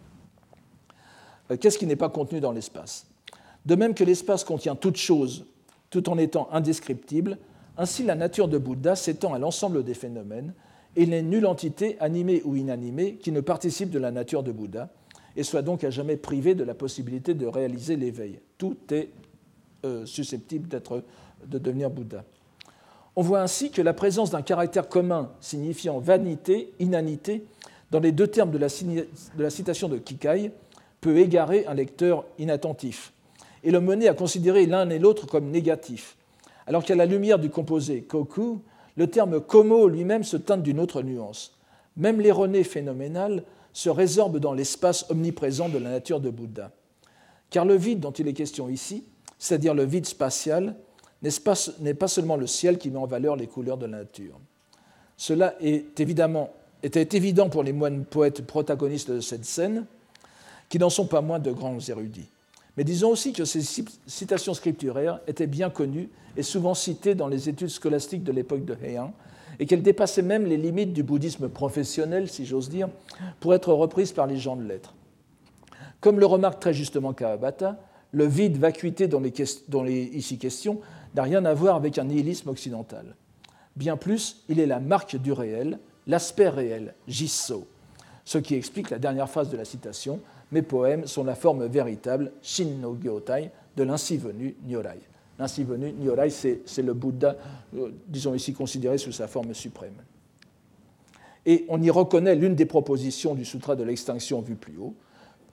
Qu'est-ce qui n'est pas contenu dans l'espace? De même que l'espace contient toute chose, tout en étant indescriptible, ainsi la nature de Bouddha s'étend à l'ensemble des phénomènes, et il n'est nulle entité, animée ou inanimée, qui ne participe de la nature de Bouddha, et soit donc à jamais privé de la possibilité de réaliser l'éveil. Tout est susceptible de devenir Bouddha. On voit ainsi que la présence d'un caractère commun signifiant vanité, inanité, dans les deux termes de la citation de Kikai, peut égarer un lecteur inattentif et le mener à considérer l'un et l'autre comme négatifs, alors qu'à la lumière du composé koku, le terme komo lui-même se teinte d'une autre nuance. Même l'ironie phénoménale se résorbe dans l'espace omniprésent de la nature de Bouddha. Car le vide dont il est question ici, c'est-à-dire le vide spatial, n'est pas seulement le ciel qui met en valeur les couleurs de la nature. Cela était évident pour les moines poètes protagonistes de cette scène, qui n'en sont pas moins de grands érudits. Mais disons aussi que ces citations scripturaires étaient bien connues et souvent citées dans les études scolastiques de l'époque de Heian, et qu'elles dépassaient même les limites du bouddhisme professionnel, si j'ose dire, pour être reprises par les gens de lettres. Comme le remarque très justement Kawabata, le vide vacuité dont il est ici question n'a rien à voir avec un nihilisme occidental. Bien plus, il est la marque du réel, l'aspect réel, jisso, ce qui explique la dernière phrase de la citation. Mes poèmes sont la forme véritable, Shin no Gyotai, de l'ainsi venu Nyorai. L'ainsi venu Nyorai, c'est le Bouddha, disons ici considéré sous sa forme suprême. Et on y reconnaît l'une des propositions du Sutra de l'extinction vu plus haut,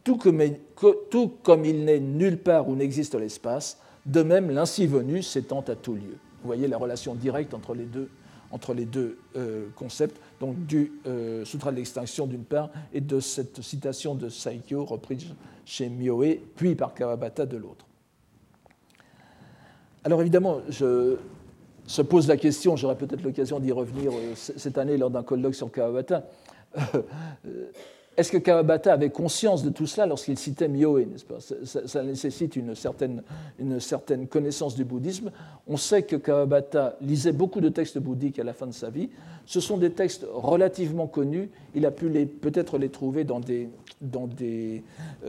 tout comme il n'est nulle part où n'existe l'espace, de même l'ainsi venu s'étend à tout lieu. Vous voyez la relation directe entre les deux concepts, donc du Sutra de l'extinction d'une part et de cette citation de Saikyo reprise chez Myoe, puis par Kawabata de l'autre. Alors évidemment, se pose la question, j'aurai peut-être l'occasion d'y revenir cette année lors d'un colloque sur Kawabata. Est-ce que Kawabata avait conscience de tout cela lorsqu'il citait Myoe, n'est-ce pas ? Ça nécessite une certaine connaissance du bouddhisme. On sait que Kawabata lisait beaucoup de textes bouddhiques à la fin de sa vie. Ce sont des textes relativement connus. Il a pu peut-être les trouver dans des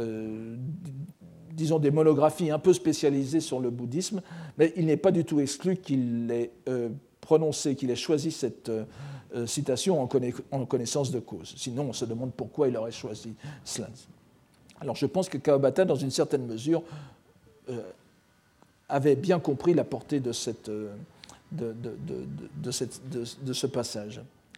monographies un peu spécialisées sur le bouddhisme, mais il n'est pas du tout exclu qu'il ait prononcé, qu'il ait choisi cette citation en connaissance de cause. Sinon, on se demande pourquoi il aurait choisi cela. Alors, je pense que Kawabata, dans une certaine mesure, avait bien compris la portée de ce passage.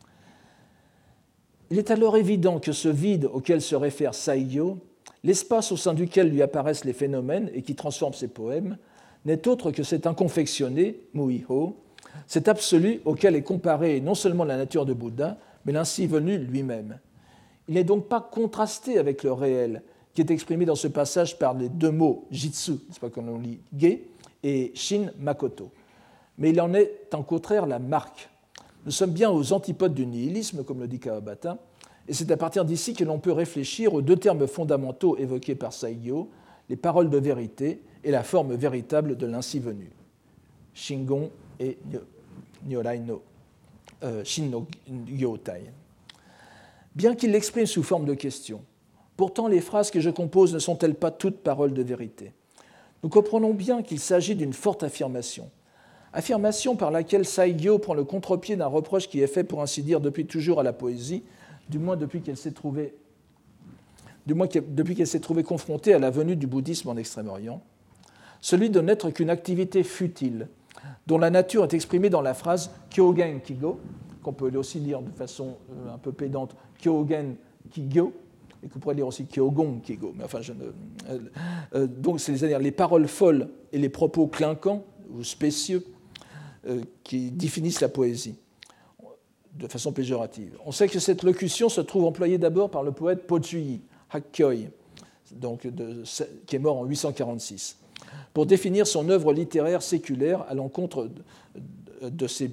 Il est alors évident que ce vide auquel se réfère Saigyo, l'espace au sein duquel lui apparaissent les phénomènes et qui transforme ses poèmes, n'est autre que cet inconfectionné, Muiho, cet absolu auquel est comparée non seulement la nature de Bouddha, mais l'ainsi venu lui-même. Il n'est donc pas contrasté avec le réel, qui est exprimé dans ce passage par les deux mots jitsu, n'est-ce pas qu'on lit ge, et shin makoto. Mais il en est en contraire la marque. Nous sommes bien aux antipodes du nihilisme, comme le dit Kawabata, et c'est à partir d'ici que l'on peut réfléchir aux deux termes fondamentaux évoqués par Saigyo, les paroles de vérité et la forme véritable de l'ainsi venu. Shingon et Nyorai no Shin no Gyotai. Bien qu'il l'exprime sous forme de question, pourtant les phrases que je compose ne sont-elles pas toutes paroles de vérité ? Nous comprenons bien qu'il s'agit d'une forte affirmation par laquelle Saigyo prend le contre-pied d'un reproche qui est fait, pour ainsi dire, depuis toujours à la poésie, du moins depuis qu'elle s'est trouvée confrontée à la venue du bouddhisme en Extrême-Orient, celui de n'être qu'une activité futile, dont la nature est exprimée dans la phrase Kyogen Kigo, qu'on peut aussi lire de façon un peu pédante Kyogen Kigyo, et qu'on pourrait lire aussi Kyogon Kigo. Mais enfin, donc, c'est-à-dire les paroles folles et les propos clinquants ou spécieux qui définissent la poésie de façon péjorative. On sait que cette locution se trouve employée d'abord par le poète Pochuyi Hakkyoi, qui est mort en 846. Pour définir son œuvre littéraire séculière à l'encontre de ses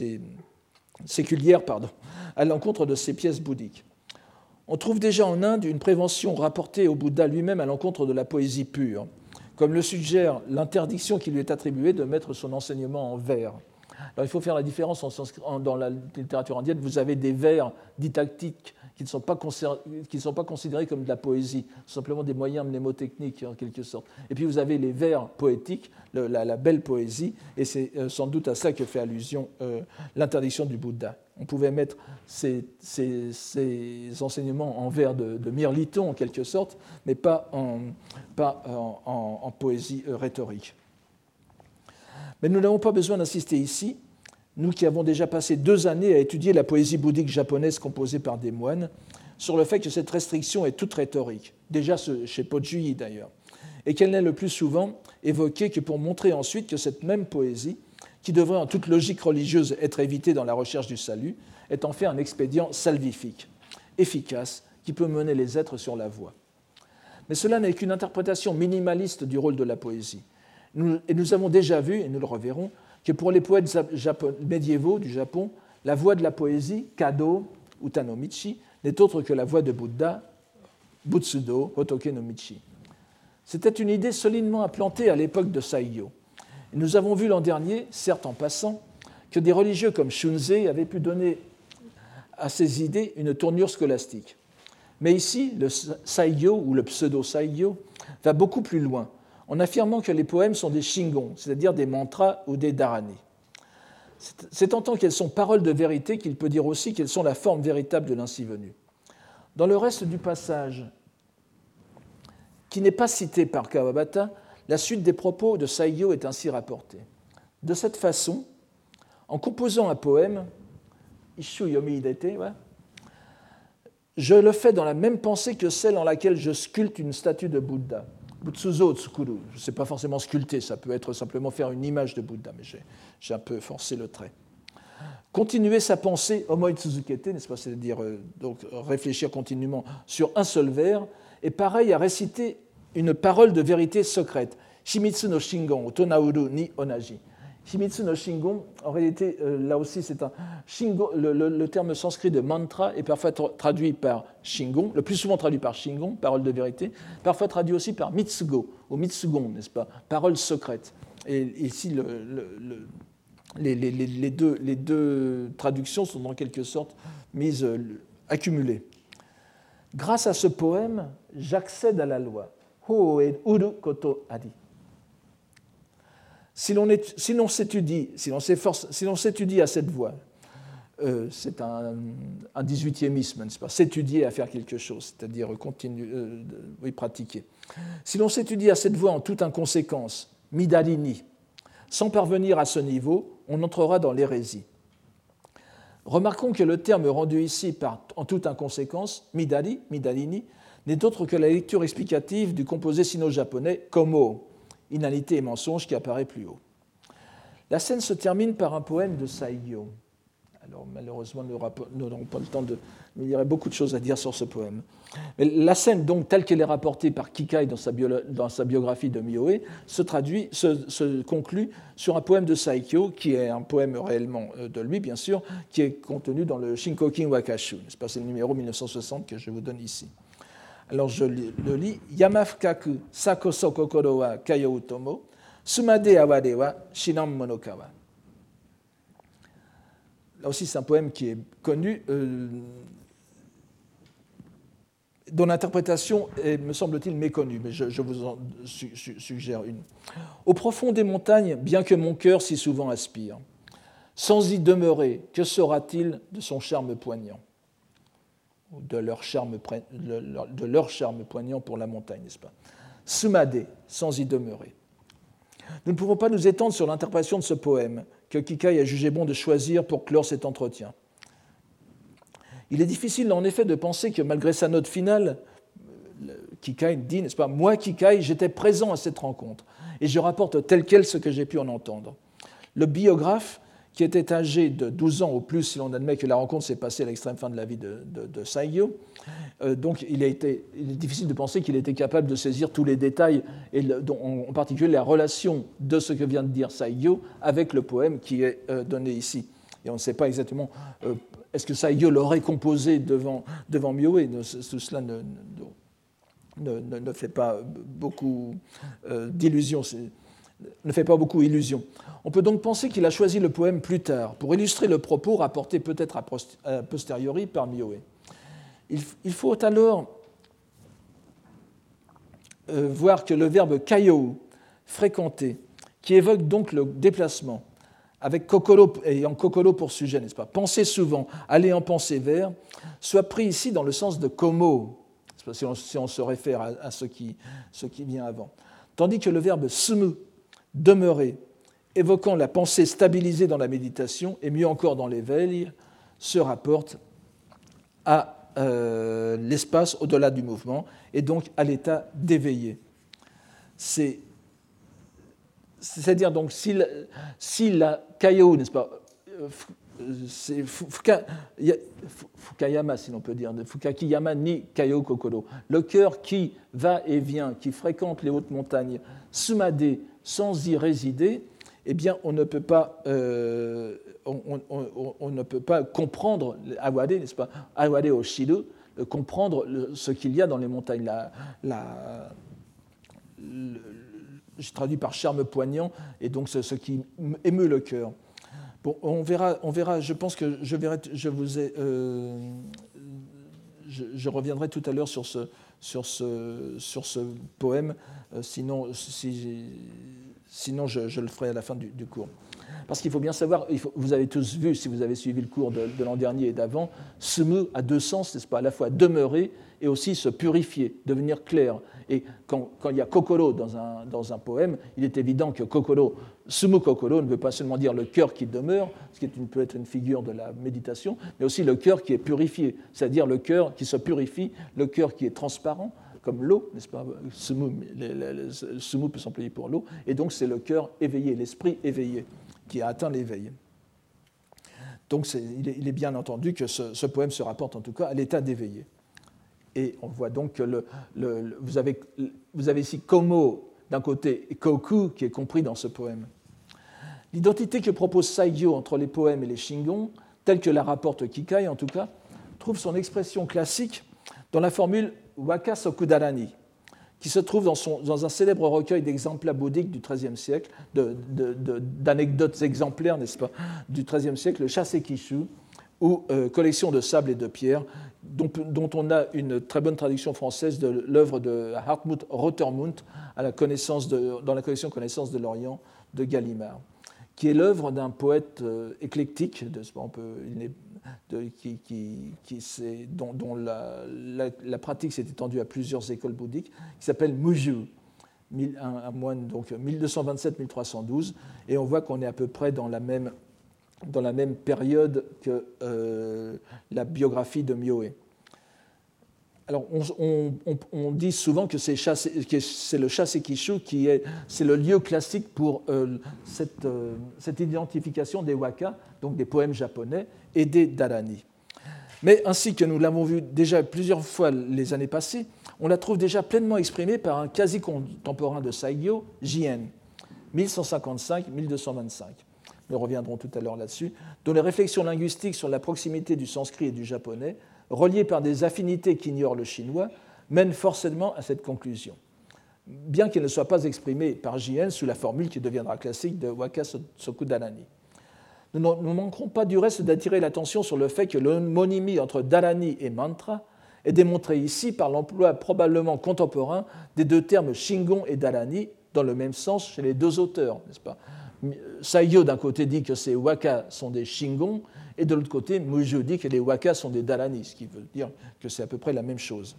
pièces bouddhiques. On trouve déjà en Inde une prévention rapportée au Bouddha lui-même à l'encontre de la poésie pure, comme le suggère l'interdiction qui lui est attribuée de mettre son enseignement en vers. Alors, il faut faire la différence dans la littérature indienne. Vous avez des vers didactiques qui ne sont pas considérés comme de la poésie, simplement des moyens mnémotechniques en quelque sorte. Et puis vous avez les vers poétiques, la belle poésie, et c'est sans doute à ça que fait allusion l'interdiction du Bouddha. On pouvait mettre ces enseignements en vers de mirliton en quelque sorte, mais pas en poésie rhétorique. Mais nous n'avons pas besoin d'insister ici, nous qui avons déjà passé 2 années à étudier la poésie bouddhique japonaise composée par des moines, sur le fait que cette restriction est toute rhétorique, déjà chez Pochuyi d'ailleurs, et qu'elle n'est le plus souvent évoquée que pour montrer ensuite que cette même poésie, qui devrait en toute logique religieuse être évitée dans la recherche du salut, est en fait un expédient salvifique, efficace, qui peut mener les êtres sur la voie. Mais cela n'est qu'une interprétation minimaliste du rôle de la poésie. Et nous avons déjà vu, et nous le reverrons, que pour les poètes médiévaux du Japon, la voix de la poésie, Kado ou Tanomichi, n'est autre que la voix de Bouddha, Butsudo, Hotoke no Michi. C'était une idée solidement implantée à l'époque de Saigyo. Et nous avons vu l'an dernier, certes en passant, que des religieux comme Shunzei avaient pu donner à ces idées une tournure scolastique. Mais ici, le Saigyo ou le pseudo-Saigyo va beaucoup plus loin, en affirmant que les poèmes sont des shingon, c'est-à-dire des mantras ou des dharani. C'est en tant qu'elles sont paroles de vérité qu'il peut dire aussi qu'elles sont la forme véritable de l'ainsi venu. Dans le reste du passage, qui n'est pas cité par Kawabata, la suite des propos de Saigyo est ainsi rapportée. De cette façon, en composant un poème, Ishu yomi hidete, Je le fais dans la même pensée que celle en laquelle je sculpte une statue de Bouddha. Butsuzo Tsukuru. Je ne sais pas forcément sculpter, ça peut être simplement faire une image de Bouddha, mais j'ai un peu forcé le trait. Continuer sa pensée, omoi tsuzukete, n'est-ce pas, c'est-à-dire donc réfléchir continuellement sur un seul vers, est pareil à réciter une parole de vérité secrète. Shimitsu no Shingon, Tonauru ni Onaji. Shimitsu no Shingon, en réalité, là aussi, c'est un Shingon, le terme sanskrit de mantra est parfois traduit par Shingon, le plus souvent traduit par Shingon, parole de vérité, parfois traduit aussi par Mitsugo, ou Mitsugon, n'est-ce pas, parole secrète. Et ici, les deux traductions sont en quelque sorte mises, accumulées. Grâce à ce poème, j'accède à la loi. Hoen uru koto ari. Si l'on s'étudie à cette voie, c'est un 18e, n'est-ce pas, s'étudier à faire quelque chose, c'est-à-dire pratiquer. Si l'on s'étudie à cette voie en toute inconséquence, midarini, sans parvenir à ce niveau, on entrera dans l'hérésie. Remarquons que le terme rendu ici en toute inconséquence, midarini, n'est autre que la lecture explicative du composé sino-japonais komo, inanité et mensonge, qui apparaît plus haut. La scène se termine par un poème de Saigyo. Alors malheureusement, nous n'aurons pas le temps il y aurait beaucoup de choses à dire sur ce poème. Mais la scène, donc, telle qu'elle est rapportée par Kikai dans sa biographie de Mioe, se conclut sur un poème de Saigyo, qui est un poème réellement de lui, bien sûr, qui est contenu dans le Shinkokin Wakashu. C'est le numéro 1960 que je vous donne ici. Alors je le lis. Yamafukaku sakoso kokoro wa kayou tomo, sumade awade wa shinan monokawa. Là aussi, c'est un poème qui est connu, dont l'interprétation est, me semble-t-il, méconnue, mais je vous en suggère une. Au profond des montagnes, bien que mon cœur si souvent aspire, sans y demeurer, que sera-t-il de son charme poignant ? De leur charme poignant pour la montagne, n'est-ce pas ? Sumade, sans y demeurer. Nous ne pouvons pas nous étendre sur l'interprétation de ce poème que Kikai a jugé bon de choisir pour clore cet entretien. Il est difficile en effet de penser que malgré sa note finale, Kikai dit, n'est-ce pas, moi Kikai, j'étais présent à cette rencontre et je rapporte tel quel ce que j'ai pu en entendre. Le biographe, qui était âgé de 12 ans au plus, si l'on admet que la rencontre s'est passée à l'extrême fin de la vie de Saigyo. Donc il est difficile de penser qu'il était capable de saisir tous les détails, et en particulier la relation de ce que vient de dire Saigyo avec le poème qui est donné ici. Et on ne sait pas exactement, est-ce que Saigyo l'aurait composé devant Mioe ? Tout cela ne fait pas beaucoup d'illusions. Ne fait pas beaucoup illusion. On peut donc penser qu'il a choisi le poème plus tard pour illustrer le propos rapporté peut-être a posteriori par Mioe. Il faut alors voir que le verbe kayou, fréquenter, qui évoque donc le déplacement, avec kokoro, ayant kokoro pour sujet, n'est-ce pas, penser souvent, aller en pensée vers, soit pris ici dans le sens de komo, si on se réfère à ce qui vient avant. Tandis que le verbe sumu, demeurer, évoquant la pensée stabilisée dans la méditation et mieux encore dans l'éveil, se rapporte à l'espace au-delà du mouvement et donc à l'état d'éveillé. C'est-à-dire donc si la kayo, n'est-ce pas, c'est Fukayama, si l'on peut dire, Fukakiyama ni kayo kokoro, le cœur qui va et vient, qui fréquente les hautes montagnes, sumade, sans y résider, eh bien, on ne peut pas comprendre awade, n'est-ce pas, awade o shiru, comprendre ce qu'il y a dans les montagnes. Je traduis par charme poignant, et donc ce qui émeut le cœur. Bon, on verra. Je pense que je reviendrai tout à l'heure sur ce poème. Sinon, je le ferai à la fin du cours. parce qu'il faut bien savoir, vous avez tous vu, si vous avez suivi le cours de l'an dernier et d'avant, sumu a deux sens, n'est-ce pas, à la fois demeurer et aussi se purifier, devenir clair. Et quand il y a kokoro dans un poème, il est évident que kokoro, sumu kokoro, ne veut pas seulement dire le cœur qui demeure, ce qui peut être une figure de la méditation, mais aussi le cœur qui est purifié, c'est-à-dire le cœur qui se purifie, le cœur qui est transparent, comme l'eau, n'est-ce pas? Sumu peut s'employer pour l'eau, et donc c'est le cœur éveillé, l'esprit éveillé, qui a atteint l'éveil. Donc il est bien entendu que ce poème se rapporte en tout cas à l'état d'éveillé. Et on voit donc que vous avez ici Komo d'un côté et Koku qui est compris dans ce poème. L'identité que propose Saigyo entre les poèmes et les shingon, telle que la rapporte Kikai en tout cas, trouve son expression classique dans la formule Waka Sokudarani, qui se trouve dans un célèbre recueil d'exemplaires bouddhiques du XIIIe siècle, d'anecdotes exemplaires, n'est-ce pas, du XIIIe siècle, le Shasekishu, ou collection de sable et de pierre, dont on a une très bonne traduction française de l'œuvre de Hartmut Rotermund dans la collection Connaissances de l'Orient de Gallimard, qui est l'œuvre d'un poète éclectique, dont la pratique s'est étendue à plusieurs écoles bouddhiques, qui s'appelle Muju, un moine, donc 1227-1312, et on voit qu'on est à peu près dans la même période que la biographie de Myoé. Alors, on dit souvent que c'est le Shasekishu c'est le lieu classique pour cette identification des waka, donc des poèmes japonais, et des dharani. Mais ainsi que nous l'avons vu déjà plusieurs fois les années passées, on la trouve déjà pleinement exprimée par un quasi-contemporain de Saigyo, Jien, 1155-1225. Nous reviendrons tout à l'heure là-dessus, dont les réflexions linguistiques sur la proximité du sanskrit et du japonais, reliées par des affinités qu'ignore le chinois, mènent forcément à cette conclusion, bien qu'elle ne soit pas exprimée par Jien sous la formule qui deviendra classique de Waka Sokudarani. Nous ne manquerons pas du reste d'attirer l'attention sur le fait que l'homonymie entre dharani et mantra est démontrée ici par l'emploi probablement contemporain des deux termes shingon et dharani dans le même sens chez les deux auteurs, n'est-ce pas? Saigyo d'un côté dit que ces waka sont des shingon et de l'autre côté Muju dit que les waka sont des dharani, ce qui veut dire que c'est à peu près la même chose.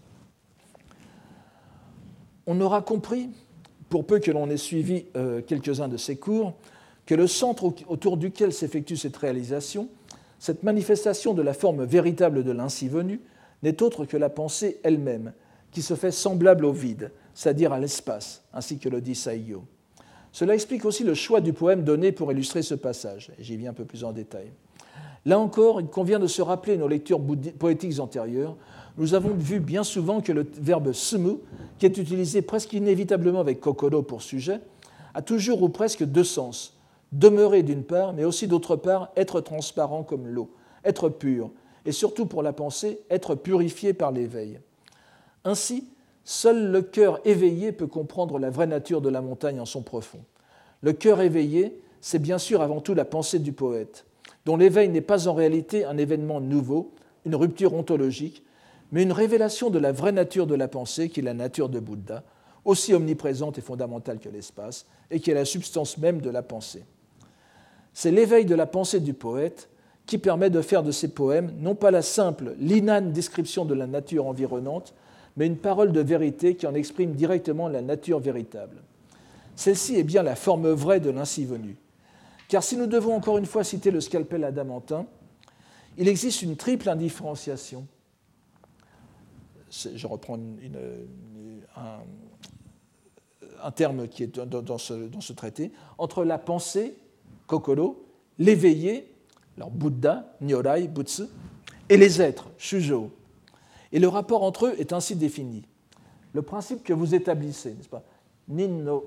On aura compris, pour peu que l'on ait suivi quelques-uns de ces cours, que le centre autour duquel s'effectue cette réalisation, cette manifestation de la forme véritable de l'ainsi venu, n'est autre que la pensée elle-même, qui se fait semblable au vide, c'est-à-dire à l'espace, ainsi que le dit Saigyo. Cela explique aussi le choix du poème donné pour illustrer ce passage, et j'y viens un peu plus en détail. Là encore, il convient de se rappeler nos lectures poétiques antérieures. Nous avons vu bien souvent que le verbe sumu, qui est utilisé presque inévitablement avec kokoro pour sujet, a toujours ou presque deux sens. Demeurer d'une part, mais aussi d'autre part, être transparent comme l'eau, être pur, et surtout pour la pensée, être purifié par l'éveil. Ainsi, seul le cœur éveillé peut comprendre la vraie nature de la montagne en son profond. Le cœur éveillé, c'est bien sûr avant tout la pensée du poète, dont l'éveil n'est pas en réalité un événement nouveau, une rupture ontologique, mais une révélation de la vraie nature de la pensée, qui est la nature de Bouddha, aussi omniprésente et fondamentale que l'espace, et qui est la substance même de la pensée. C'est l'éveil de la pensée du poète qui permet de faire de ses poèmes non pas la simple, l'inane description de la nature environnante, mais une parole de vérité qui en exprime directement la nature véritable. Celle-ci est bien la forme vraie de l'ainsi venu. Car si nous devons encore une fois citer le scalpel adamantin, il existe une triple indifférenciation. Je reprends un terme qui est dans ce traité, entre la pensée, kokoro, l'éveillé, alors Bouddha, Nyorai, Butsu, et les êtres, Shujo. Et le rapport entre eux est ainsi défini. Le principe que vous établissez, n'est-ce pas? Nin no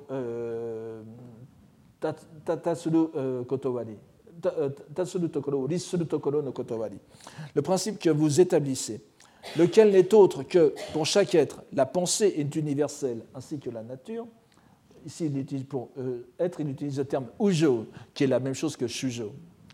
tatsuru kotowari, tatsuru tokoro, rissuru tokoro no kotowari. Le principe que vous établissez, lequel n'est autre que, pour chaque être, la pensée est universelle ainsi que la nature. Ici, il utilise pour être, il utilise le terme ujo, qui est la même chose que shujo.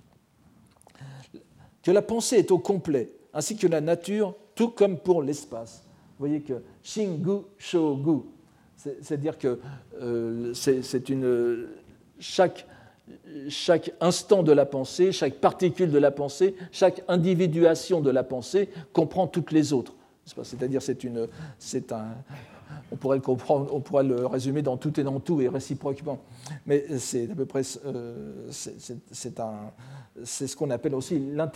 Que la pensée est au complet, ainsi que la nature, tout comme pour l'espace. Vous voyez que shingu, shogu, c'est-à-dire que chaque chaque instant de la pensée, chaque particule de la pensée, chaque individuation de la pensée comprend toutes les autres. C'est-à-dire, on pourrait le comprendre, on pourrait le résumer dans tout et dans tout et réciproquement. Mais c'est à peu près, c'est ce qu'on appelle aussi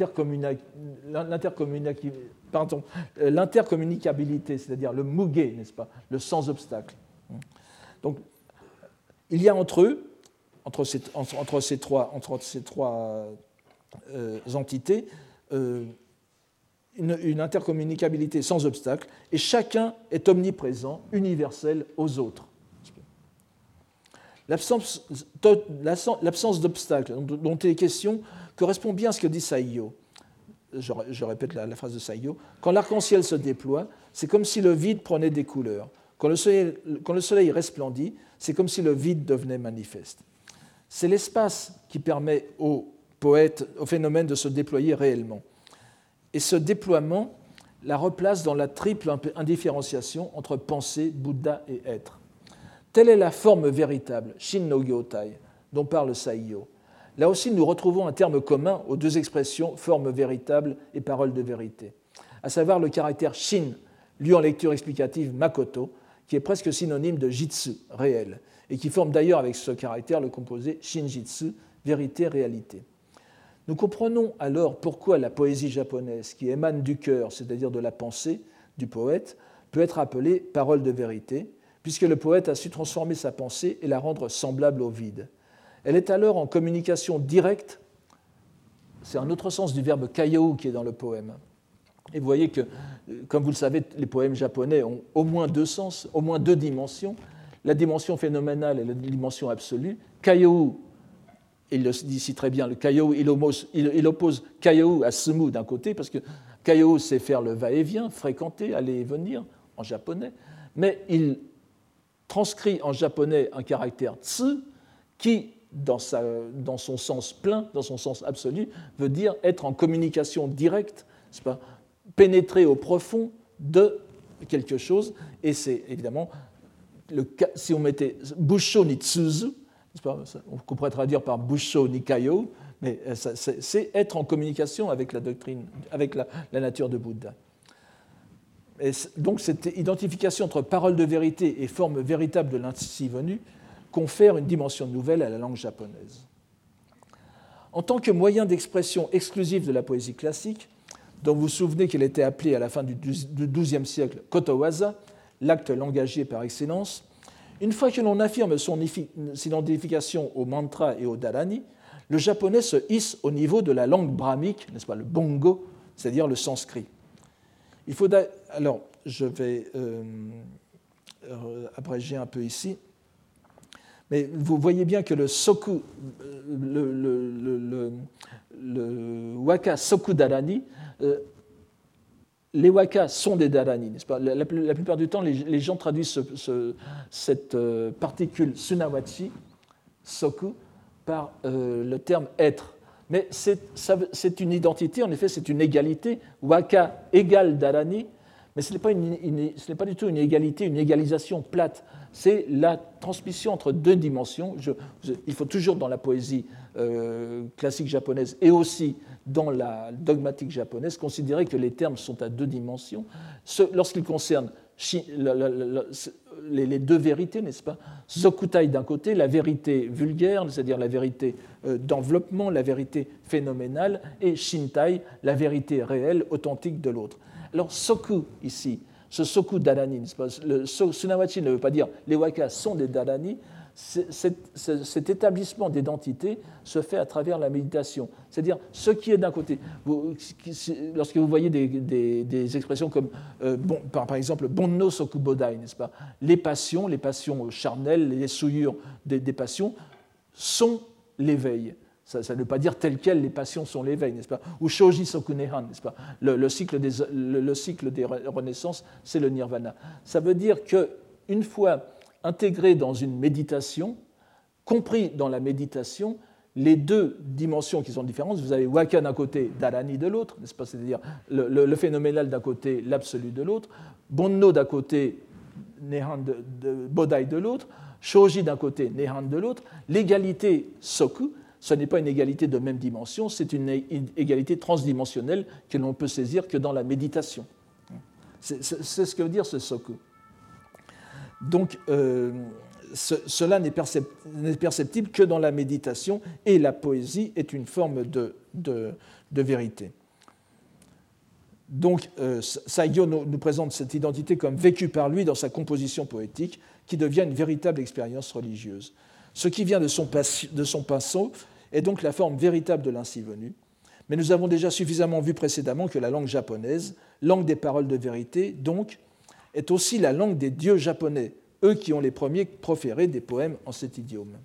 l'intercommunicabilité, c'est-à-dire le mugué, n'est-ce pas, le sans obstacle. Donc, il y a entre eux, entre ces trois entités, une intercommunicabilité sans obstacle, et chacun est omniprésent, universel aux autres. L'absence d'obstacle dont il est question correspond bien à ce que dit Saïo. Je répète la phrase de Saïo. Quand l'arc-en-ciel se déploie, c'est comme si le vide prenait des couleurs. Quand le soleil resplendit, c'est comme si le vide devenait manifeste. C'est l'espace qui permet au phénomène de se déployer réellement. Et ce déploiement la replace dans la triple indifférenciation entre pensée, Bouddha et être. Telle est la forme véritable, Shin no Gyotai, dont parle Saïo. Là aussi, nous retrouvons un terme commun aux deux expressions forme véritable et parole de vérité, à savoir le caractère Shin, lu en lecture explicative Makoto, qui est presque synonyme de Jitsu, réel, et qui forme d'ailleurs avec ce caractère le composé Shinjitsu, vérité, réalité. Nous comprenons alors pourquoi la poésie japonaise, qui émane du cœur, c'est-à-dire de la pensée du poète, peut être appelée parole de vérité, puisque le poète a su transformer sa pensée et la rendre semblable au vide. Elle est alors en communication directe, c'est un autre sens du verbe kayou qui est dans le poème. Et vous voyez que, comme vous le savez, les poèmes japonais ont au moins deux sens, au moins deux dimensions, la dimension phénoménale et la dimension absolue. Kayou, il le dit ici très bien, le kayou, il oppose kayou à sumu d'un côté, parce que kayou, c'est faire le va-et-vient, fréquenter, aller et venir, en japonais, mais il transcrit en japonais un caractère tsu qui, dans son sens plein, dans son sens absolu, veut dire être en communication directe, c'est pas, pénétrer au profond de quelque chose, et c'est évidemment, si on mettait busho ni tsuzu, on pourrait traduire par busho ni kayo, mais c'est être en communication avec la doctrine, avec la nature de Bouddha. Et donc cette identification entre parole de vérité et forme véritable de l'ainsi venu confère une dimension nouvelle à la langue japonaise. En tant que moyen d'expression exclusif de la poésie classique, dont vous vous souvenez qu'elle était appelée à la fin du XIIe siècle kotowaza, l'acte langagier par excellence, une fois que l'on affirme son identification au mantra et au dharani, le japonais se hisse au niveau de la langue brahmique, n'est-ce pas, le bongo, c'est-à-dire le sanskrit. Il faut alors, je vais abréger un peu ici, mais vous voyez bien que le soku, le waka soku dharani, les wakas sont des dharani, n'est-ce pas ? La plupart du temps, les gens traduisent cette particule sunawachi, soku, par le terme être. Mais c'est une identité, en effet, c'est une égalité. Waka égale dharani, mais ce n'est pas du tout une égalité, une égalisation plate. C'est la transmission entre deux dimensions. Il faut toujours, dans la poésie classique japonaise et aussi dans la dogmatique japonaise, considérer que les termes sont à deux dimensions. Lorsqu'ils concernent les deux vérités, n'est-ce pas ? Sokutai d'un côté, la vérité vulgaire, c'est-à-dire la vérité d'enveloppement, la vérité phénoménale, et Shintai, la vérité réelle, authentique de l'autre. Alors, soku, ici, ce soku dharani, n'est-ce pas ? Le sunawachi ne veut pas dire les wakas sont des dharani. Cet établissement d'identité se fait à travers la méditation. C'est-à-dire, ce qui est d'un côté, lorsque vous voyez des expressions comme, par exemple, bonno sokubodai, n'est-ce pas ? Les passions charnelles, les souillures des passions sont l'éveil. Ça ne veut pas dire tel quel les passions sont l'éveil, n'est-ce pas ? Ou shoji sokunehan, n'est-ce pas ? Le cycle des renaissances, c'est le nirvana. Ça veut dire qu'une fois intégré dans une méditation, compris dans la méditation, les deux dimensions qui sont différentes, vous avez waka d'un côté, dharani de l'autre, n'est-ce pas ? C'est-à-dire le phénoménal d'un côté, l'absolu de l'autre, bonno d'un côté, nehan bodai de l'autre, shoji d'un côté, nehan de l'autre, l'égalité soku, ce n'est pas une égalité de même dimension, c'est une égalité transdimensionnelle que l'on peut saisir que dans la méditation. C'est ce que veut dire ce soku. Donc, cela n'est perceptible que dans la méditation, et la poésie est une forme de vérité. Donc, Saigyo nous présente cette identité comme vécue par lui dans sa composition poétique, qui devient une véritable expérience religieuse. Ce qui vient de son pinceau est donc la forme véritable de l'ainsi venu, mais nous avons déjà suffisamment vu précédemment que la langue japonaise, langue des paroles de vérité, donc, est aussi la langue des dieux japonais, eux qui ont les premiers proféré des poèmes en cet idiome.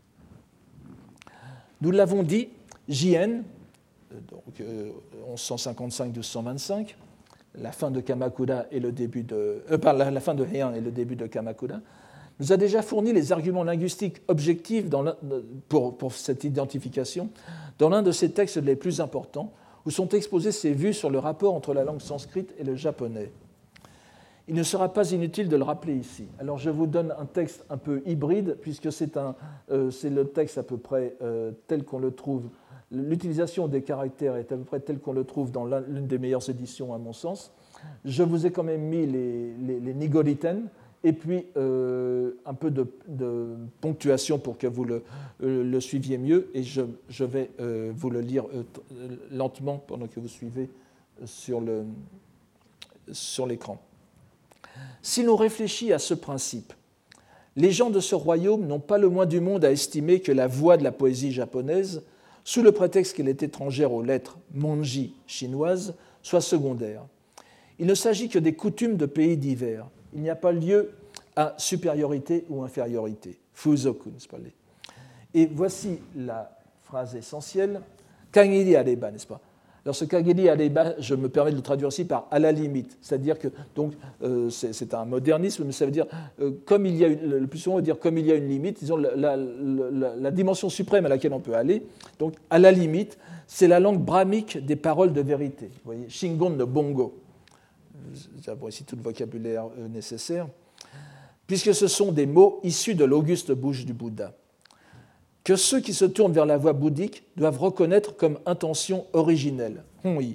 Nous l'avons dit, Jien, donc 1155-1225, la fin de Kamakura et le début la fin de Heian et le début de Kamakura, nous a déjà fourni les arguments linguistiques objectifs pour cette identification dans l'un de ses textes les plus importants, où sont exposées ses vues sur le rapport entre la langue sanscrite et le japonais. Il ne sera pas inutile de le rappeler ici. Alors je vous donne un texte un peu hybride, puisque c'est le texte à peu près tel qu'on le trouve. L'utilisation des caractères est à peu près telle qu'on le trouve dans l'une des meilleures éditions, à mon sens. Je vous ai quand même mis les nigoriten, et puis un peu de ponctuation pour que vous le suiviez mieux, et je vais vous le lire lentement pendant que vous suivez sur l'écran. Si l'on réfléchit à ce principe, les gens de ce royaume n'ont pas le moins du monde à estimer que la voix de la poésie japonaise, sous le prétexte qu'elle est étrangère aux lettres monji chinoises, soit secondaire. Il ne s'agit que des coutumes de pays divers. Il n'y a pas lieu à supériorité ou infériorité. Fuzoku, n'est-ce pas? Et voici la phrase essentielle. Kagiri areba, n'est-ce pas? Alors ce kagiri areba, je me permets de le traduire aussi par à la limite, c'est-à-dire que donc c'est un modernisme, mais ça veut dire comme il y a le plus souvent on veut dire comme il y a une limite, disons la dimension suprême à laquelle on peut aller. Donc à la limite, c'est la langue brahmique des paroles de vérité. Vous voyez, Shingon no Bongo. Nous avons ici tout le vocabulaire nécessaire, puisque ce sont des mots issus de l'auguste bouche du Bouddha, que ceux qui se tournent vers la voie bouddhique doivent reconnaître comme intention originelle, hon-i.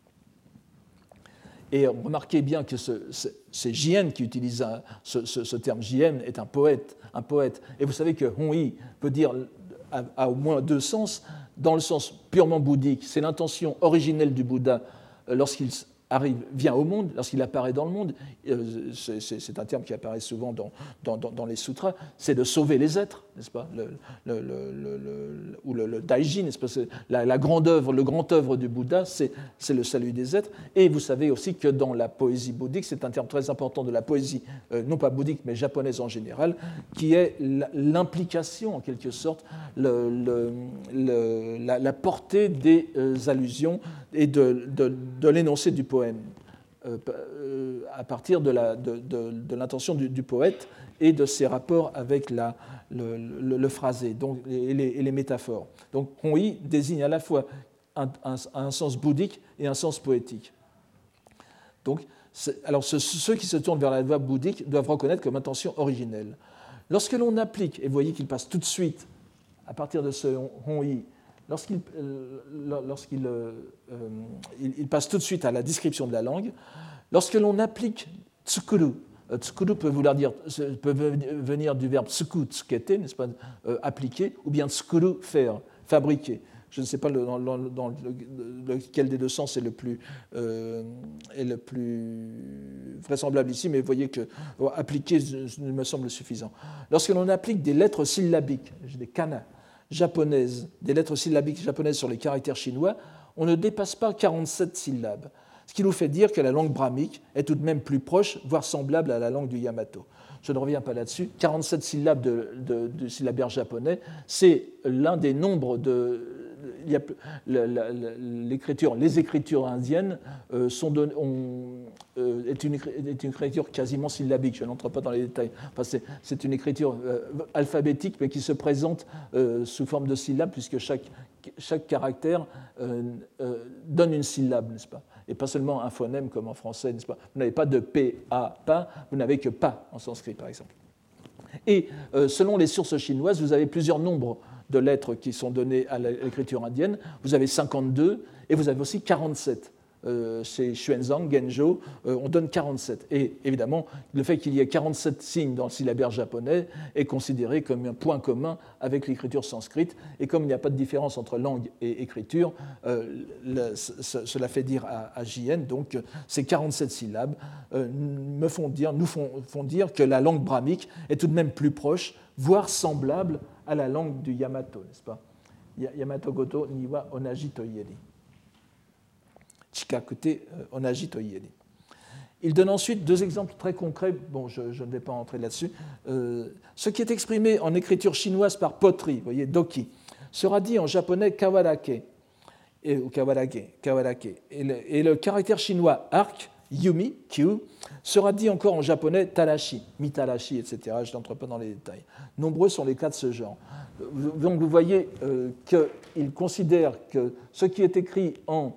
Et remarquez bien que c'est Jien qui utilise ce terme. Jien est un poète. Et vous savez que hon-i peut dire à au moins deux sens. Dans le sens purement bouddhique, c'est l'intention originelle du Bouddha lorsqu'il vient au monde, lorsqu'il apparaît dans le monde. C'est un terme qui apparaît souvent dans les sutras, c'est de sauver les êtres, n'est-ce pas, ou le daiji, n'est-ce pas, la grande œuvre, le grand œuvre du Bouddha, c'est le salut des êtres. Et vous savez aussi que dans la poésie bouddhique, c'est un terme très important de la poésie, non pas bouddhique, mais japonaise en général, qui est l'implication, en quelque sorte, la portée des allusions et de l'énoncé du poème, à partir de l'intention du poète et de ses rapports avec le phrasé donc, et les métaphores. Donc, hon-i désigne à la fois un sens bouddhique et un sens poétique. Donc, alors, ceux qui se tournent vers la voie bouddhique doivent reconnaître comme intention originelle. Lorsque l'on applique, et vous voyez qu'il passe tout de suite, à partir de ce hon-i, lorsqu'il passe tout de suite à la description de la langue, lorsque l'on applique tsukuru, tsukuru peut venir du verbe tsuku, tsukete, n'est-ce pas, appliquer, ou bien tsukuru, faire, fabriquer. Je ne sais pas dans lequel des deux sens est le plus vraisemblable ici, mais vous voyez que appliquer me semble suffisant. Lorsque l'on applique des lettres syllabiques, des kana, japonaises, des lettres syllabiques japonaises sur les caractères chinois, on ne dépasse pas 47 syllabes, ce qui nous fait dire que la langue brahmique est tout de même plus proche, voire semblable à la langue du Yamato. Je ne reviens pas là-dessus. 47 syllabes de syllabaire japonais, c'est l'un des nombres de... les écritures indiennes est une écriture quasiment syllabique. Je n'entre pas dans les détails. Enfin, c'est une écriture alphabétique, mais qui se présente sous forme de syllabes, puisque chaque caractère donne une syllabe, n'est-ce pas? Et pas seulement un phonème comme en français, n'est-ce pas? Vous n'avez pas de P, A, pas, vous n'avez que pas en sanskrit, par exemple. Et selon les sources chinoises, vous avez plusieurs nombres de lettres qui sont données à l'écriture indienne, vous avez 52 et vous avez aussi 47. Chez Xuanzang, Genjo, on donne 47. Et évidemment, le fait qu'il y ait 47 signes dans le syllabaire japonais est considéré comme un point commun avec l'écriture sanscrite. Et comme il n'y a pas de différence entre langue et écriture, cela fait dire à JN, donc ces 47 syllabes nous font dire que la langue brahmique est tout de même plus proche, voire semblable à la langue du Yamato, n'est-ce pas? Yamato Goto niwa onaji to ieri. Chikakute onaji to ieri. Il donne ensuite deux exemples très concrets. Bon, je ne vais pas entrer là-dessus. Ce qui est exprimé en écriture chinoise par poterie, vous voyez, doki, sera dit en japonais kawarake, ou kawarage. Et le caractère chinois arc, yumi, kyu, sera dit encore en japonais tarashi, mitarashi, etc. Je n'entre pas dans les détails. Nombreux sont les cas de ce genre. Donc vous voyez qu'il considère que ce qui est écrit en